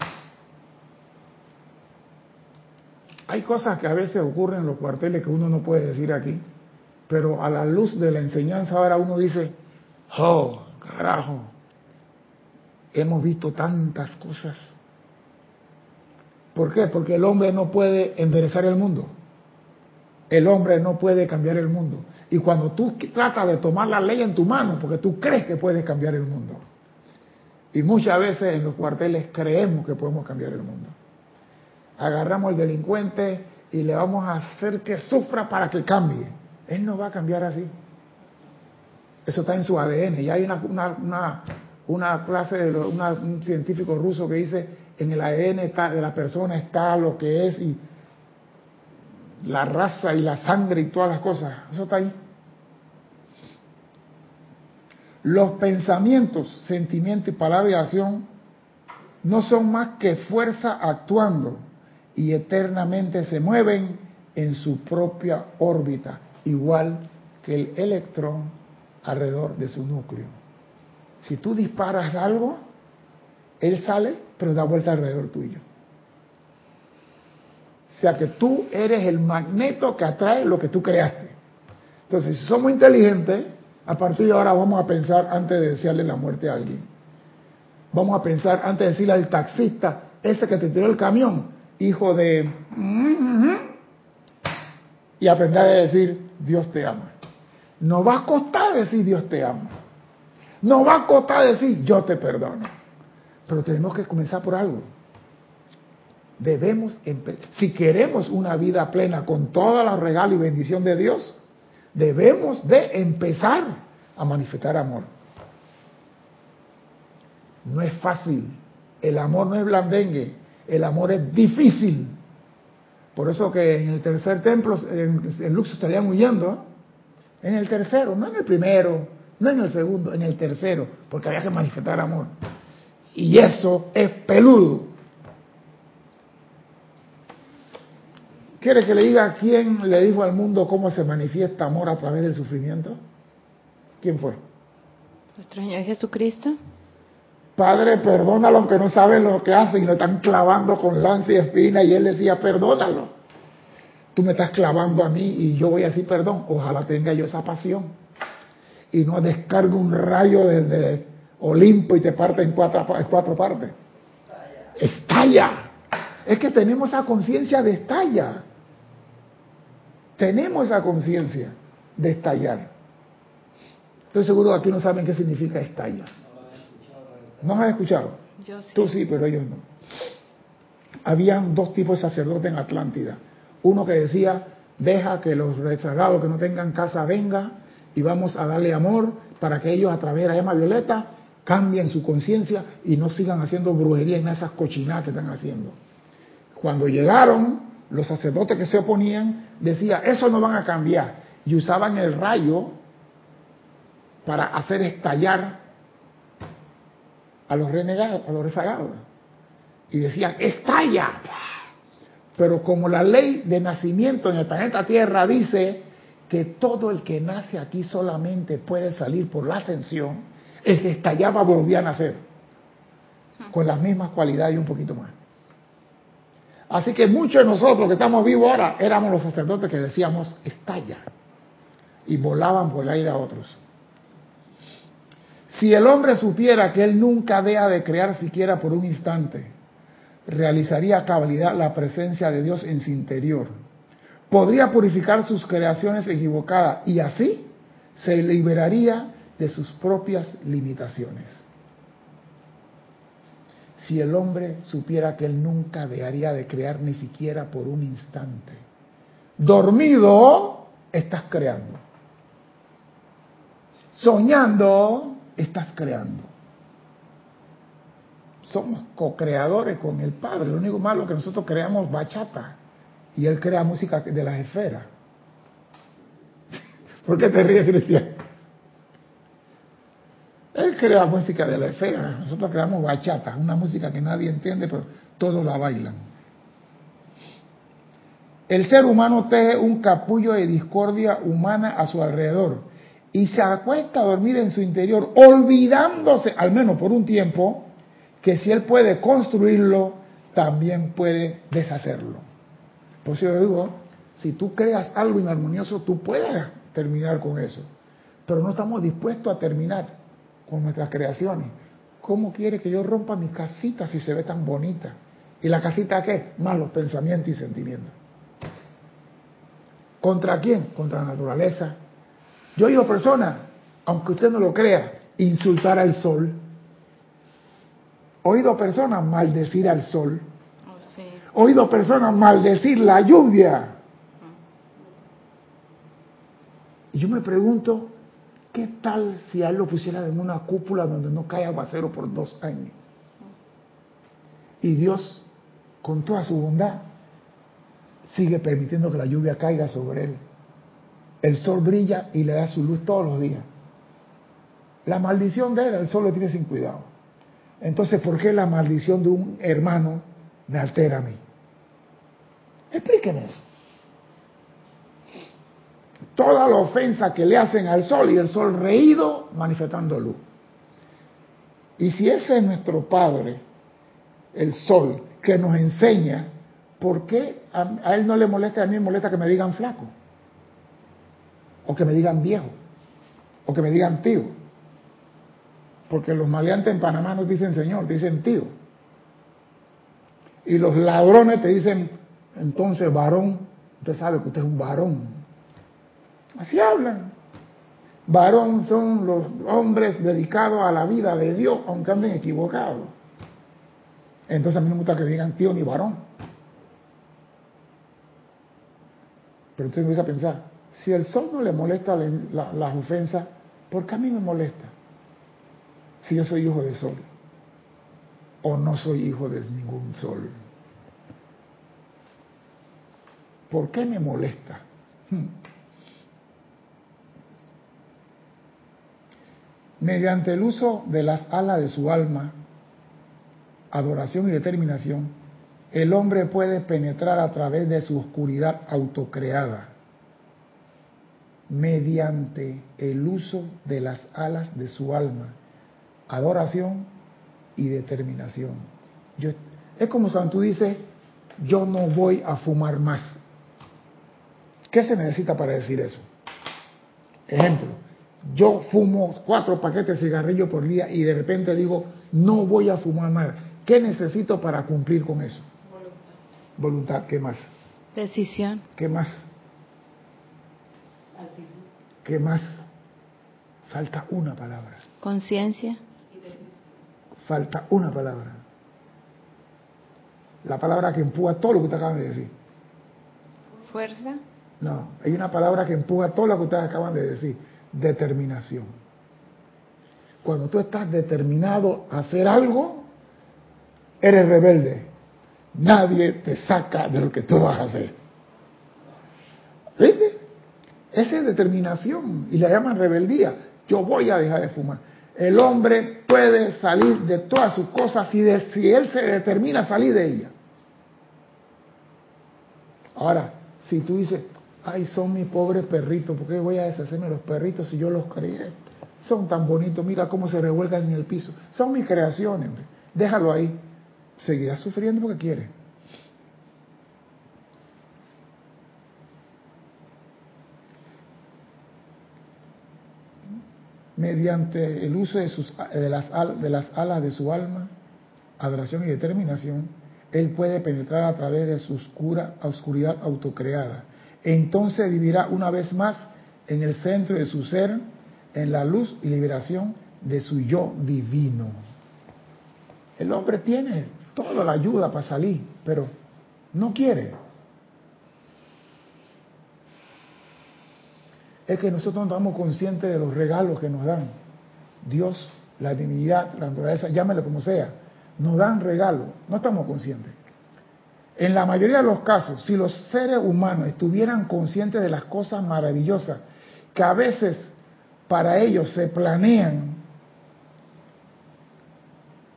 Hay cosas que a veces ocurren en los cuarteles que uno no puede decir aquí, pero a la luz de la enseñanza ahora uno dice, oh, carajo, hemos visto tantas cosas. ¿Por qué? Porque el hombre no puede enderezar el mundo. El hombre no puede cambiar el mundo. Y cuando tú tratas de tomar la ley en tu mano, porque tú crees que puedes cambiar el mundo. Y muchas veces en los cuarteles creemos que podemos cambiar el mundo. Agarramos al delincuente y le vamos a hacer que sufra para que cambie. Él no va a cambiar así. Eso está en su A D N. Ya hay una, una, una, una clase, de una, un científico ruso que dice, en el A D N está, de la persona está lo que es, y la raza y la sangre y todas las cosas. Eso está ahí. Los pensamientos, sentimientos y palabras de acción no son más que fuerza actuando y eternamente se mueven en su propia órbita, igual que el electrón alrededor de su núcleo. Si tú disparas algo, él sale, pero da vuelta alrededor tuyo. O sea que tú eres el magneto que atrae lo que tú creaste. Entonces, si somos inteligentes, a partir de ahora vamos a pensar antes de desearle la muerte a alguien. Vamos a pensar antes de decirle al taxista, ese que te tiró el camión, hijo de... y aprender a decir, Dios te ama. No va a costar decir Dios te ama. No va a costar decir yo te perdono. Pero tenemos que comenzar por algo. Debemos, si queremos una vida plena con toda la regalo y bendición de Dios, debemos de empezar a manifestar amor. No es fácil. El amor no es blandengue. El amor es difícil. Por eso que en el tercer templo, en, en Luxor estarían huyendo. En el tercero, no en el primero, no en el segundo, en el tercero, porque había que manifestar amor. Y eso es peludo. ¿Quiere que le diga quién le dijo al mundo cómo se manifiesta amor a través del sufrimiento? ¿Quién fue? Nuestro Señor Jesucristo. Padre, perdónalo, aunque no saben lo que hacen y lo están clavando con lanza y espina, y él decía, perdónalo. Tú me estás clavando a mí y yo voy a decir perdón. Ojalá tenga yo esa pasión y no descargue un rayo desde Olimpo y te parte en cuatro, en cuatro partes. Estalla. Es que tenemos esa conciencia de estalla. Tenemos esa conciencia de estallar. Estoy seguro que aquí no saben qué significa estalla. ¿No han escuchado? Yo sí. Tú sí, pero ellos no. Habían dos tipos de sacerdotes en Atlántida. Uno que decía, deja que los rezagados que no tengan casa vengan y vamos a darle amor para que ellos a través de la llama violeta cambien su conciencia y no sigan haciendo brujería en esas cochinadas que están haciendo. Cuando llegaron, los sacerdotes que se oponían decían, eso no van a cambiar. Y usaban el rayo para hacer estallar a los renegados, a los rezagados. Y decían, estalla. Pero como la ley de nacimiento en el planeta Tierra dice que todo el que nace aquí solamente puede salir por la ascensión, el que estallaba volvía a nacer. Con las mismas cualidades y un poquito más. Así que muchos de nosotros que estamos vivos ahora éramos los sacerdotes que decíamos estalla y volaban por el aire a otros. Si el hombre supiera que él nunca deja de crear siquiera por un instante, realizaría a cabalidad la presencia de Dios en su interior. Podría purificar sus creaciones equivocadas y así se liberaría de sus propias limitaciones. Si el hombre supiera que él nunca dejaría de crear ni siquiera por un instante. Dormido, estás creando. Soñando, estás creando. Somos co-creadores con el Padre. Lo único malo es que nosotros creamos bachata y Él crea música de las esferas. ¿Por qué te ríes, Cristian? Él crea música de la esfera, nosotros creamos bachata, una música que nadie entiende, pero todos la bailan. El ser humano teje un capullo de discordia humana a su alrededor y se acuesta a dormir en su interior, olvidándose, al menos por un tiempo, que si él puede construirlo, también puede deshacerlo. Por eso yo digo, si tú creas algo inarmonioso, tú puedes terminar con eso. Pero no estamos dispuestos a terminar con nuestras creaciones. ¿Cómo quiere que yo rompa mi casita si se ve tan bonita? ¿Y la casita qué? Malos pensamientos y sentimientos. ¿Contra quién? Contra la naturaleza. Yo digo, persona, aunque usted no lo crea, insultar al sol. Oído personas maldecir al sol. Oh, sí. Oído personas maldecir la lluvia. Y yo me pregunto, ¿qué tal si a él lo pusieran en una cúpula donde no cae aguacero por dos años? Y Dios, con toda su bondad, sigue permitiendo que la lluvia caiga sobre él. El sol brilla y le da su luz todos los días. La maldición de él, el sol lo tiene sin cuidado. Entonces, ¿por qué la maldición de un hermano me altera a mí? Explíqueme eso. Toda la ofensa que le hacen al sol y el sol reído manifestando luz. Y si ese es nuestro Padre, el sol, que nos enseña, ¿por qué a, a él no le molesta, a mí me molesta que me digan flaco? O que me digan viejo. O que me digan tío. Porque los maleantes en Panamá no dicen señor, dicen tío. Y los ladrones te dicen, entonces varón, usted sabe que usted es un varón. Así hablan. Varón son los hombres dedicados a la vida de Dios, aunque anden equivocados. Entonces a mí no me gusta que digan tío ni varón. Pero usted me empieza a pensar, si el sol no le molesta la, la, las ofensas, ¿por qué a mí me molesta? Si yo soy hijo del sol. O no soy hijo de ningún sol. ¿Por qué me molesta? Hmm. Mediante el uso de las alas de su alma, adoración y determinación, el hombre puede penetrar a través de su oscuridad autocreada. Mediante el uso de las alas de su alma, adoración y determinación. Yo, es como cuando tú dices, yo no voy a fumar más. ¿Qué se necesita para decir eso? Ejemplo, yo fumo cuatro paquetes de cigarrillos por día y de repente digo, no voy a fumar más. ¿Qué necesito para cumplir con eso? Voluntad. Voluntad, ¿qué más? Decisión. ¿Qué más? ¿Qué más? Falta una palabra. Conciencia. Falta una palabra. La palabra que empuja todo lo que ustedes acaban de decir. Fuerza. No, hay una palabra que empuja todo lo que ustedes acaban de decir. Determinación. Cuando tú estás determinado a hacer algo, eres rebelde. Nadie te saca de lo que tú vas a hacer. ¿Viste? Esa es determinación y la llaman rebeldía. Yo voy a dejar de fumar. El hombre puede salir de todas sus cosas si, de, si él se determina a salir de ella. Ahora, si tú dices, ay, son mis pobres perritos, ¿por qué voy a deshacerme de los perritos si yo los crié? Son tan bonitos, mira cómo se revuelcan en el piso. Son mis creaciones, hombre. Déjalo ahí. Seguirás sufriendo porque quieres. Mediante el uso de, sus, de, las, de las alas de su alma, adoración y determinación, él puede penetrar a través de su oscura, oscuridad autocreada. Entonces vivirá una vez más en el centro de su ser, en la luz y liberación de su yo divino. El hombre tiene toda la ayuda para salir, pero no quiere. Es que nosotros no estamos conscientes de los regalos que nos dan. Dios, la divinidad, la naturaleza, llámelo como sea, nos dan regalos, no estamos conscientes. En la mayoría de los casos, si los seres humanos estuvieran conscientes de las cosas maravillosas que a veces para ellos se planean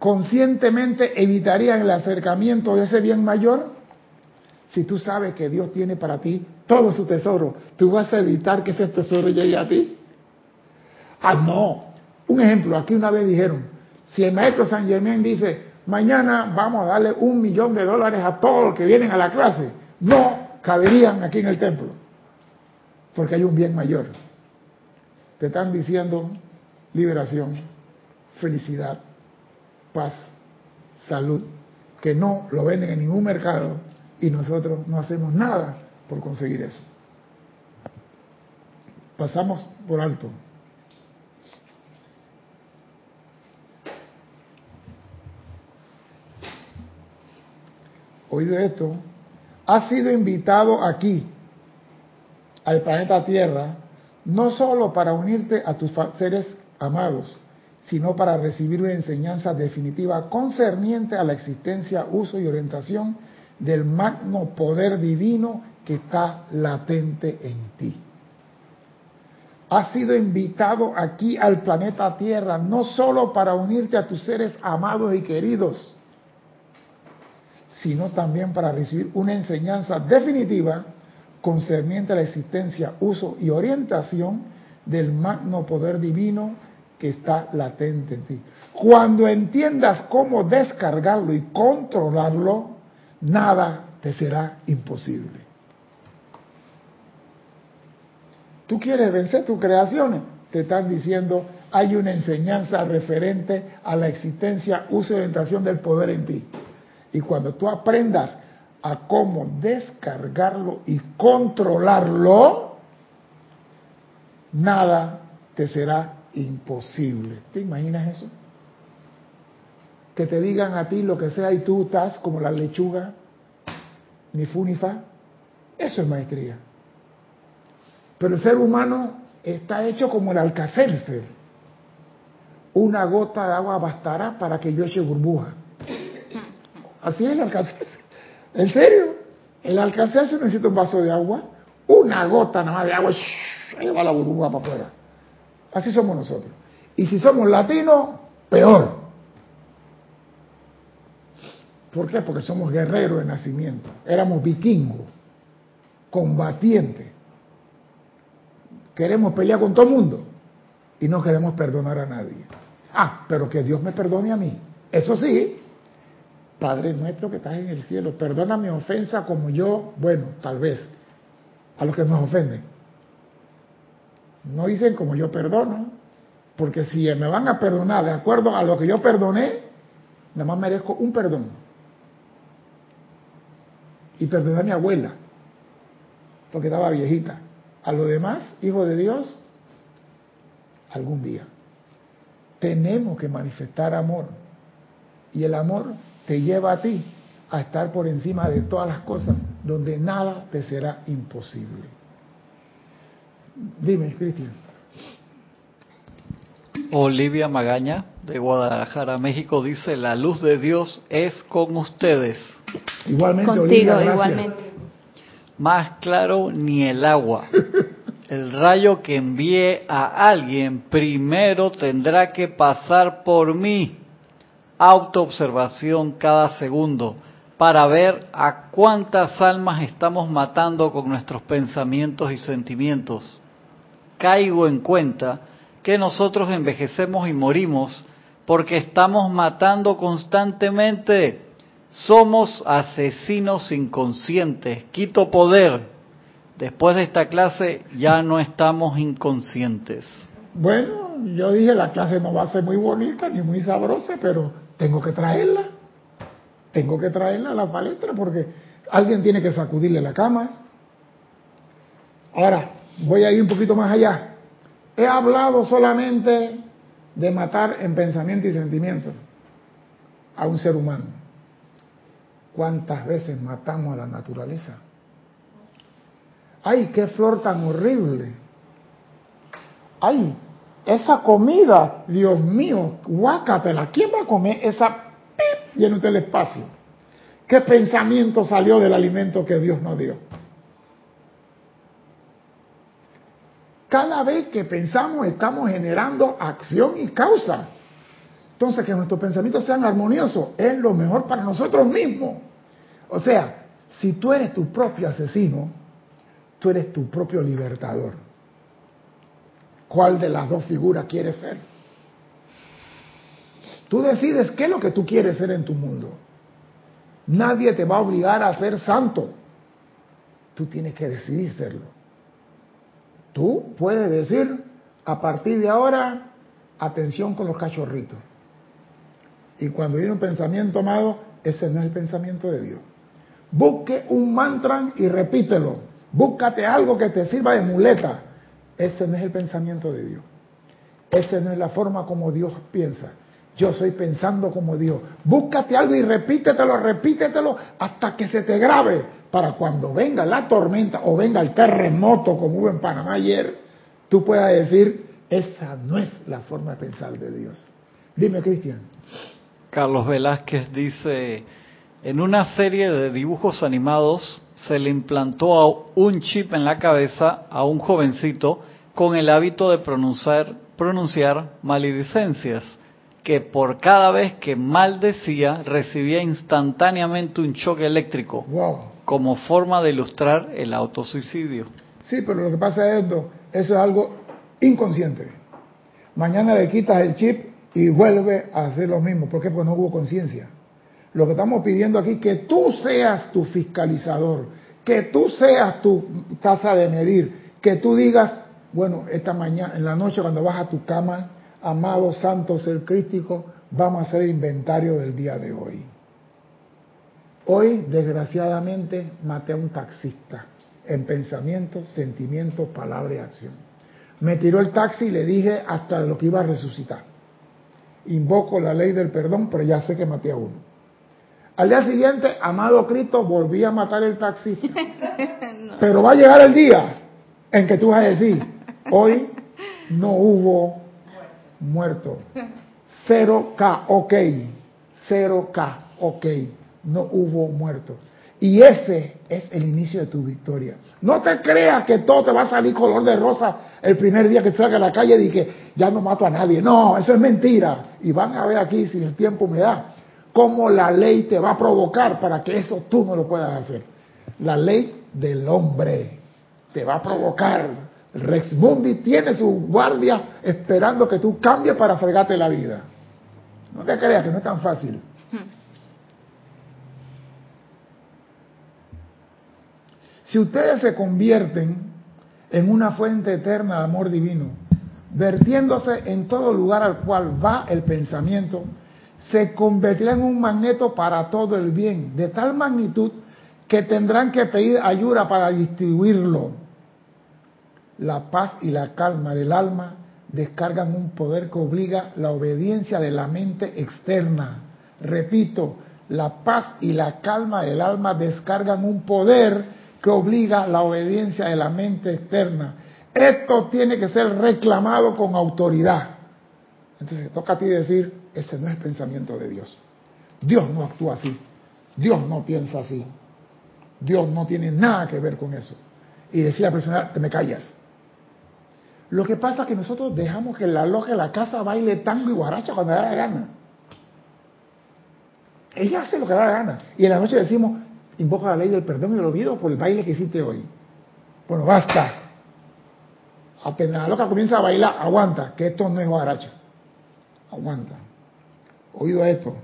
conscientemente evitarían el acercamiento de ese bien mayor? Si tú sabes que Dios tiene para ti todo su tesoro, ¿tú vas a evitar que ese tesoro llegue a ti? Ah, no. Un ejemplo, aquí una vez dijeron, si el maestro Saint Germain dice, mañana vamos a darle un millón de dólares a todos los que vienen a la clase, no caberían aquí en el templo, porque hay un bien mayor. Te están diciendo liberación, felicidad, paz, salud, que no lo venden en ningún mercado y nosotros no hacemos nada por conseguir eso. Pasamos por alto. Oído esto, has sido invitado aquí, al planeta Tierra, no solo para unirte a tus seres amados, sino para recibir una enseñanza definitiva concerniente a la existencia, uso y orientación del magno poder divino que está latente en ti. Has sido invitado aquí al planeta Tierra, no solo para unirte a tus seres amados y queridos, sino también para recibir una enseñanza definitiva concerniente a la existencia, uso y orientación del magno poder divino que está latente en ti. Cuando entiendas cómo descargarlo y controlarlo, nada te será imposible. ¿Tú quieres vencer tus creaciones? Te están diciendo, hay una enseñanza referente a la existencia, uso y orientación del poder en ti. Y cuando tú aprendas a cómo descargarlo y controlarlo, nada te será imposible. ¿Te imaginas eso? Que te digan a ti lo que sea y tú estás como la lechuga, ni fu ni fa. Eso es maestría. Pero el ser humano está hecho como el Alka-Seltzer. Una gota de agua bastará para que yo eche burbuja. Así es el Alka-Seltzer. ¿En serio? El Alka-Seltzer necesita un vaso de agua, una gota nada más de agua, shh, ahí va la burbuja para afuera. Así somos nosotros. Y si somos latinos, peor. ¿Por qué? Porque somos guerreros de nacimiento. Éramos vikingos, combatientes. Queremos pelear con todo el mundo y no queremos perdonar a nadie. Ah, pero que Dios me perdone a mí. Eso sí, Padre nuestro que estás en el cielo, perdona mi ofensa como yo, bueno, tal vez, a los que nos ofenden. No dicen como yo perdono, porque si me van a perdonar de acuerdo a lo que yo perdoné, nada más merezco un perdón. Y perdoné a mi abuela, porque estaba viejita. A los demás, hijos de Dios, algún día. Tenemos que manifestar amor. Y el amor te lleva a ti a estar por encima de todas las cosas, donde nada te será imposible. Dime, Cristian. Olivia Magaña, de Guadalajara, México, dice, la luz de Dios es con ustedes. Igualmente, Contigo, Olivia, gracias. igualmente. Más claro ni el agua. El rayo que envíe a alguien primero tendrá que pasar por mí. Autoobservación cada segundo para ver a cuántas almas estamos matando con nuestros pensamientos y sentimientos. Caigo en cuenta que nosotros envejecemos y morimos porque estamos matando constantemente. Somos asesinos inconscientes. Quito poder. Después de esta clase ya no estamos inconscientes. Bueno, yo dije la clase no va a ser muy bonita ni muy sabrosa, pero tengo que traerla. Tengo que traerla a la palestra porque alguien tiene que sacudirle la cama. Ahora, voy a ir un poquito más allá. He hablado solamente de matar en pensamiento y sentimiento a un ser humano. ¿Cuántas veces matamos a la naturaleza? ¡Ay, qué flor tan horrible! ¡Ay, esa comida! Dios mío, guácatela. ¿Quién va a comer esa pip lleno del espacio? ¿Qué pensamiento salió del alimento que Dios nos dio? Cada vez que pensamos estamos generando acción y causa. Entonces, que nuestros pensamientos sean armoniosos es lo mejor para nosotros mismos. O sea, si tú eres tu propio asesino, tú eres tu propio libertador. ¿Cuál de las dos figuras quieres ser? Tú decides qué es lo que tú quieres ser en tu mundo. Nadie te va a obligar a ser santo. Tú tienes que decidir serlo. Tú puedes decir, a partir de ahora, atención con los cachorritos. Y cuando viene un pensamiento amado, ese no es el pensamiento de Dios. Busque un mantra y repítelo. Búscate algo que te sirva de muleta. Ese no es el pensamiento de Dios. Esa no es la forma como Dios piensa. Yo estoy pensando como Dios. Búscate algo y repítetelo, repítetelo hasta que se te grabe. Para cuando venga la tormenta o venga el terremoto como hubo en Panamá ayer, tú puedas decir, esa no es la forma de pensar de Dios. Dime, Cristian. Carlos Velázquez dice, en una serie de dibujos animados se le implantó a un chip en la cabeza a un jovencito con el hábito de pronunciar, pronunciar maledicencias, que por cada vez que maldecía recibía instantáneamente un choque eléctrico, Wow. como forma de ilustrar el autosuicidio. Sí, pero lo que pasa es esto, eso es algo inconsciente. Mañana le quitas el chip y vuelve a hacer lo mismo. ¿Por qué? Porque no hubo conciencia. Lo que estamos pidiendo aquí es que tú seas tu fiscalizador, que tú seas tu tasa de medir, que tú digas, bueno, esta mañana, en la noche cuando vas a tu cama, amado santo ser crístico, vamos a hacer el inventario del día de hoy. Hoy, desgraciadamente, maté a un taxista en pensamiento, sentimiento, palabra y acción. Me tiró el taxi y le dije hasta lo que iba a resucitar. Invoco la ley del perdón, pero ya sé que maté a uno. Al día siguiente, amado Cristo, volví a matar el taxista. No. Pero va a llegar el día en que tú vas a decir, hoy no hubo muerto. Cero K, ok. Cero K, ok. No hubo muerto. Y ese es el inicio de tu victoria. No te creas que todo te va a salir color de rosa el primer día que salga a la calle y que ya no mato a nadie. No, eso es mentira. Y van a ver aquí, si el tiempo me da, cómo la ley te va a provocar para que eso tú no lo puedas hacer. La ley del hombre te va a provocar. Rex Mundi tiene su guardia esperando que tú cambies para fregarte la vida. No te creas que no es tan fácil. Si ustedes se convierten en una fuente eterna de amor divino, vertiéndose en todo lugar al cual va el pensamiento, se convertirá en un magneto para todo el bien, de tal magnitud que tendrán que pedir ayuda para distribuirlo. La paz y la calma del alma descargan un poder que obliga la obediencia de la mente externa. Repito, la paz y la calma del alma descargan un poder que obliga la obediencia de la mente externa. Esto tiene que ser reclamado con autoridad. Entonces toca a ti decir, ese no es el pensamiento de Dios. Dios no actúa así. Dios no piensa así. Dios no tiene nada que ver con eso. Y decir a la persona, te me callas. Lo que pasa es que nosotros dejamos que la loca de la casa baile tango y guaracha cuando le da la gana. Ella hace lo que le da la gana. Y en la noche decimos, invoca la ley del perdón y el olvido por el baile que hiciste hoy. Bueno, basta. Apenas la loca comienza a bailar, aguanta, que esto no es guaracha. Aguanta. Oído a esto.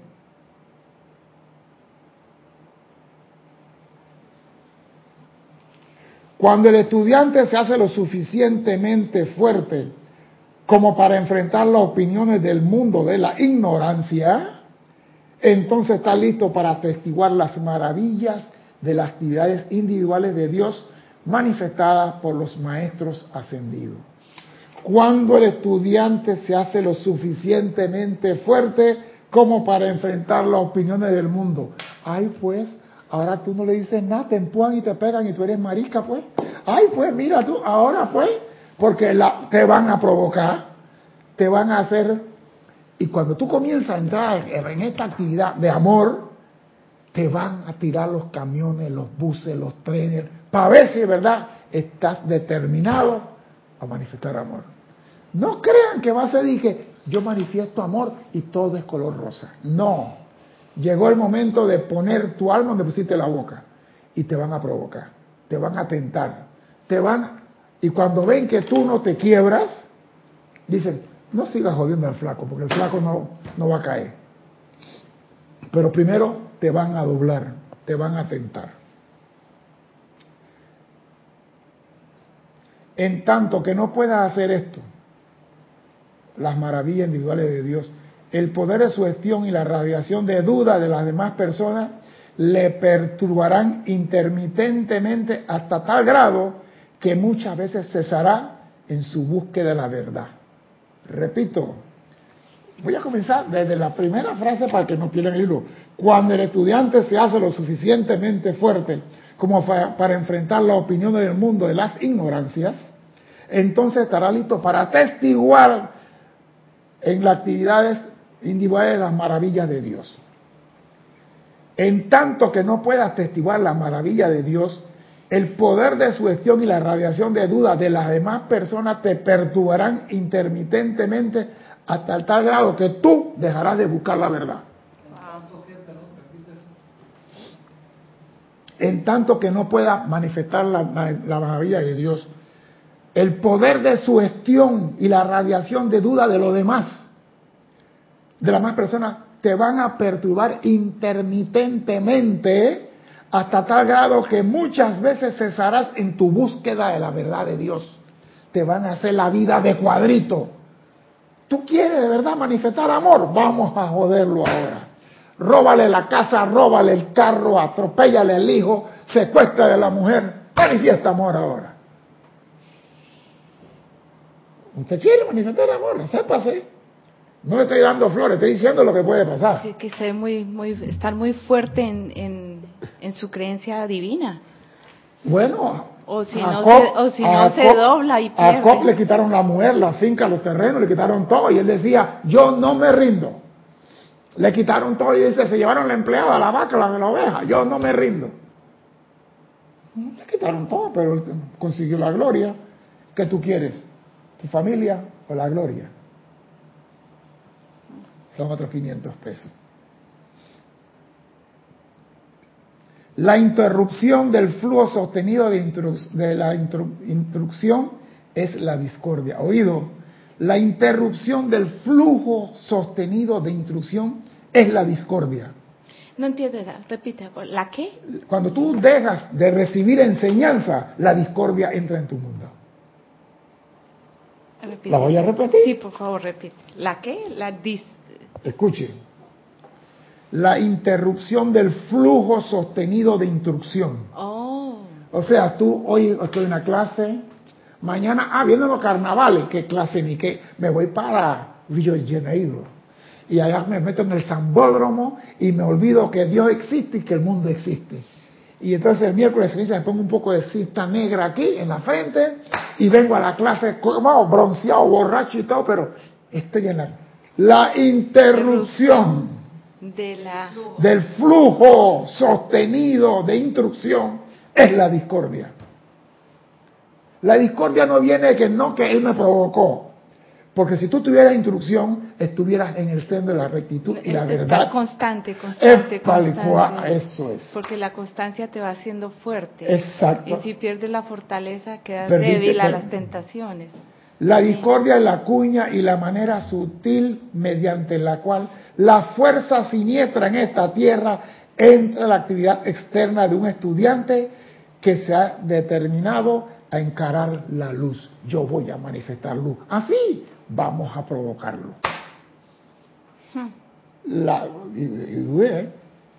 Cuando el estudiante se hace lo suficientemente fuerte como para enfrentar las opiniones del mundo de la ignorancia, entonces está listo para atestiguar las maravillas de las actividades individuales de Dios manifestadas por los maestros ascendidos. Cuando el estudiante se hace lo suficientemente fuerte como para enfrentar las opiniones del mundo. Ay, pues, ahora tú no le dices nada, te empujan y te pegan y tú eres marica, pues. Ay, pues, mira tú, ahora pues, porque la, te van a provocar, te van a hacer. Y cuando tú comienzas a entrar en esta actividad de amor, te van a tirar los camiones, los buses, los trenes, para ver si de verdad estás determinado a manifestar amor. No crean que va a ser y que yo manifiesto amor y todo es color rosa. No, llegó el momento de poner tu alma donde pusiste la boca y te van a provocar, te van a tentar, te van, y cuando ven que tú no te quiebras, dicen, no sigas jodiendo al flaco, porque el flaco no, no va a caer. Pero primero te van a doblar, te van a tentar. En tanto que no puedas hacer esto, las maravillas individuales de Dios, el poder de su gestión y la radiación de duda de las demás personas le perturbarán intermitentemente hasta tal grado que muchas veces cesará en su búsqueda de la verdad. Repito, voy a comenzar desde la primera frase para que no pierdan el hilo. Cuando el estudiante se hace lo suficientemente fuerte como para enfrentar la opinión del mundo de las ignorancias, entonces estará listo para atestiguar en las actividades individuales las maravillas de Dios. En tanto que no pueda atestiguar la maravilla de Dios, el poder de su gestión y la radiación de dudas de las demás personas te perturbarán intermitentemente hasta el tal grado que tú dejarás de buscar la verdad. En tanto que no pueda manifestar la, la, la maravilla de Dios, el poder de su gestión y la radiación de duda de los demás, de las demás personas, te van a perturbar intermitentemente hasta tal grado que muchas veces cesarás en tu búsqueda de la verdad de Dios. Te van a hacer la vida de cuadrito. ¿Tú quieres de verdad manifestar amor? Vamos a joderlo ahora. Róbale la casa, róbale el carro, atropéllale al hijo, secuéstrale a la mujer. Manifiesta amor ahora. ¿Usted quiere manifestar amor? Sépase. No le estoy dando flores, estoy diciendo lo que puede pasar. Sí, que esté muy, muy, estar muy fuerte en, en, en su creencia divina. Bueno, o si a no, Job, se, o si a no se Job- dobla y A pierde. Job le quitaron la mujer, la finca, los terrenos, le quitaron todo. Y él decía, yo no me rindo. Le quitaron todo y dice, se llevaron la empleada, la vaca, la, la oveja. Yo no me rindo. Le quitaron todo, pero él consiguió la gloria. ¿Qué tú quieres? ¿Tu familia o la gloria? Son otros quinientos pesos. La interrupción del flujo sostenido de, instru- de la intru- instrucción es la discordia. Oído, la interrupción del flujo sostenido de instrucción es la discordia. No entiendo, repite, ¿la qué? Cuando tú dejas de recibir enseñanza, la discordia entra en tu mundo. Repite. ¿La voy a repetir? Sí, por favor, repite. ¿La qué? La dis... Escuche. La interrupción del flujo sostenido de instrucción. Oh. O sea, tú hoy estoy en una clase, mañana, ah, viendo los carnavales, ¿qué clase ni qué? Me voy para Río de Janeiro. Y allá me meto en el Sambódromo y me olvido que Dios existe y que el mundo existe. Y entonces el miércoles ceniza me pongo un poco de cinta negra aquí en la frente y vengo a la clase como bronceado, borracho y todo, pero estoy en la... La interrupción de la... del flujo sostenido de instrucción es la discordia. La discordia no viene de que no, que él me provocó. Porque si tú tuvieras instrucción, estuvieras en el centro de la rectitud y la verdad. Constante, constante, es tal constante. cual, eso es. Porque la constancia te va haciendo fuerte. Exacto. Y si pierdes la fortaleza, quedas Perdiste, débil a per- las tentaciones. La discordia es la cuña y la manera sutil mediante la cual la fuerza siniestra en esta tierra entra a la actividad externa de un estudiante que se ha determinado a encarar la luz. Yo voy a manifestar luz. Así vamos a provocarlo. La, y- y- ¿eh?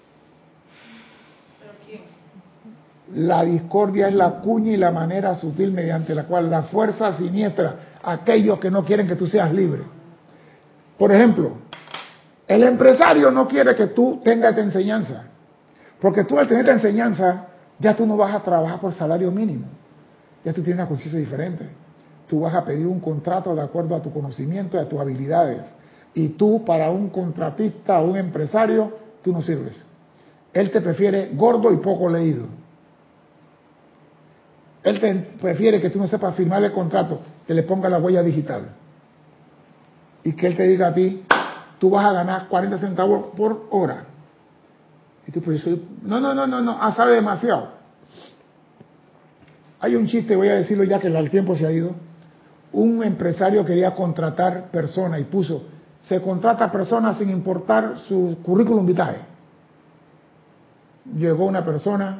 La discordia es la cuña y la manera sutil mediante la cual la fuerza siniestra, aquellos que no quieren que tú seas libre. Por ejemplo, el empresario no quiere que tú tengas esta enseñanza, porque tú al tener esta enseñanza, ya tú no vas a trabajar por salario mínimo, ya tú tienes una conciencia diferente. Tú vas a pedir un contrato de acuerdo a tu conocimiento y a tus habilidades. Y tú, para un contratista o un empresario, tú no sirves. Él te prefiere gordo y poco leído. Él te prefiere que tú no sepas firmar el contrato, que le ponga la huella digital. y que él te diga a ti, tú vas a ganar cuarenta centavos por hora. Y tú, pues yo soy, no, no, no, no, no, ah, sabe demasiado. Hay un chiste, voy a decirlo ya que el tiempo se ha ido. Un empresario quería contratar personas y puso, se contrata personas sin importar su currículum vitae. Llegó una persona,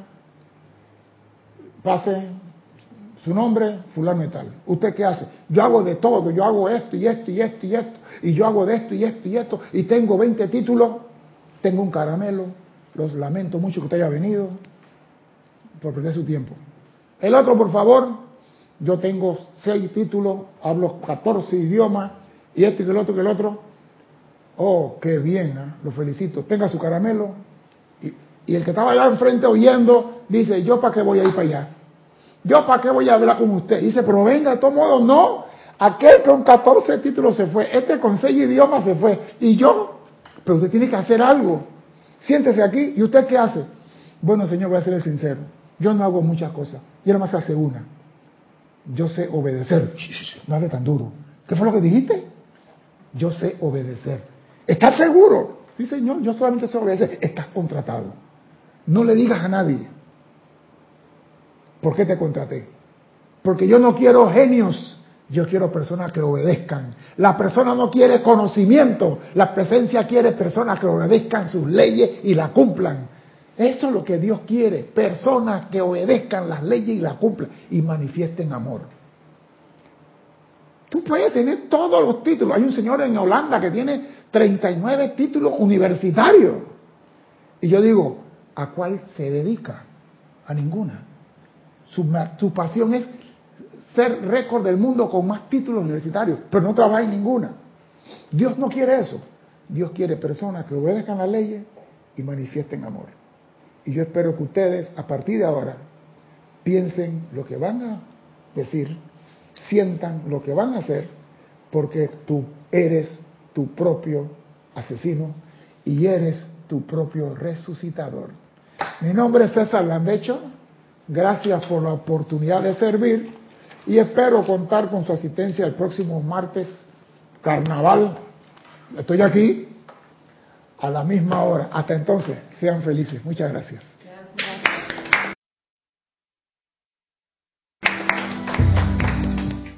pase su nombre, fulano y tal. ¿Usted qué hace? Yo hago de todo, yo hago esto y esto y esto y esto, y yo hago de esto y esto y esto, y tengo veinte títulos, tengo un caramelo, los lamento mucho que usted haya venido, por perder su tiempo. El otro, por favor, yo tengo seis títulos, hablo catorce idiomas, y esto y el otro y el otro. Oh, qué bien, ¿eh? Lo felicito. Tenga su caramelo. Y, y el que estaba allá enfrente oyendo, dice, ¿yo para qué voy a ir para allá? ¿Yo para qué voy a hablar con usted? Dice, pero venga, de todos modos, no. Aquel con catorce títulos se fue, este con seis idiomas se fue. Y yo, pero usted tiene que hacer algo. Siéntese aquí, ¿y usted qué hace? Bueno, señor, voy a serle sincero. Yo no hago muchas cosas. Yo nada más hace una. Yo sé obedecer. No hable tan duro. ¿Qué fue lo que dijiste? Yo sé obedecer. ¿Estás seguro? Sí, señor, yo solamente sé obedecer. Estás contratado. No le digas a nadie. ¿Por qué te contraté? Porque yo no quiero genios. Yo quiero personas que obedezcan. La persona no quiere conocimiento. La presencia quiere personas que obedezcan sus leyes y la cumplan. Eso es lo que Dios quiere. Personas que obedezcan las leyes y las cumplan y manifiesten amor. Tú puedes tener todos los títulos. Hay un señor en Holanda que tiene treinta y nueve títulos universitarios. Y yo digo, ¿a cuál se dedica? A ninguna. Su, su pasión es ser récord del mundo con más títulos universitarios, pero no trabaja en ninguna. Dios no quiere eso. Dios quiere personas que obedezcan las leyes y manifiesten amor. Y yo espero que ustedes, a partir de ahora, piensen lo que van a decir, sientan lo que van a hacer, porque tú eres tu propio asesino y eres tu propio resucitador. Mi nombre es César Landecho. Gracias por la oportunidad de servir y espero contar con su asistencia el próximo martes, carnaval. Estoy aquí a la misma hora. Hasta entonces, sean felices. Muchas gracias.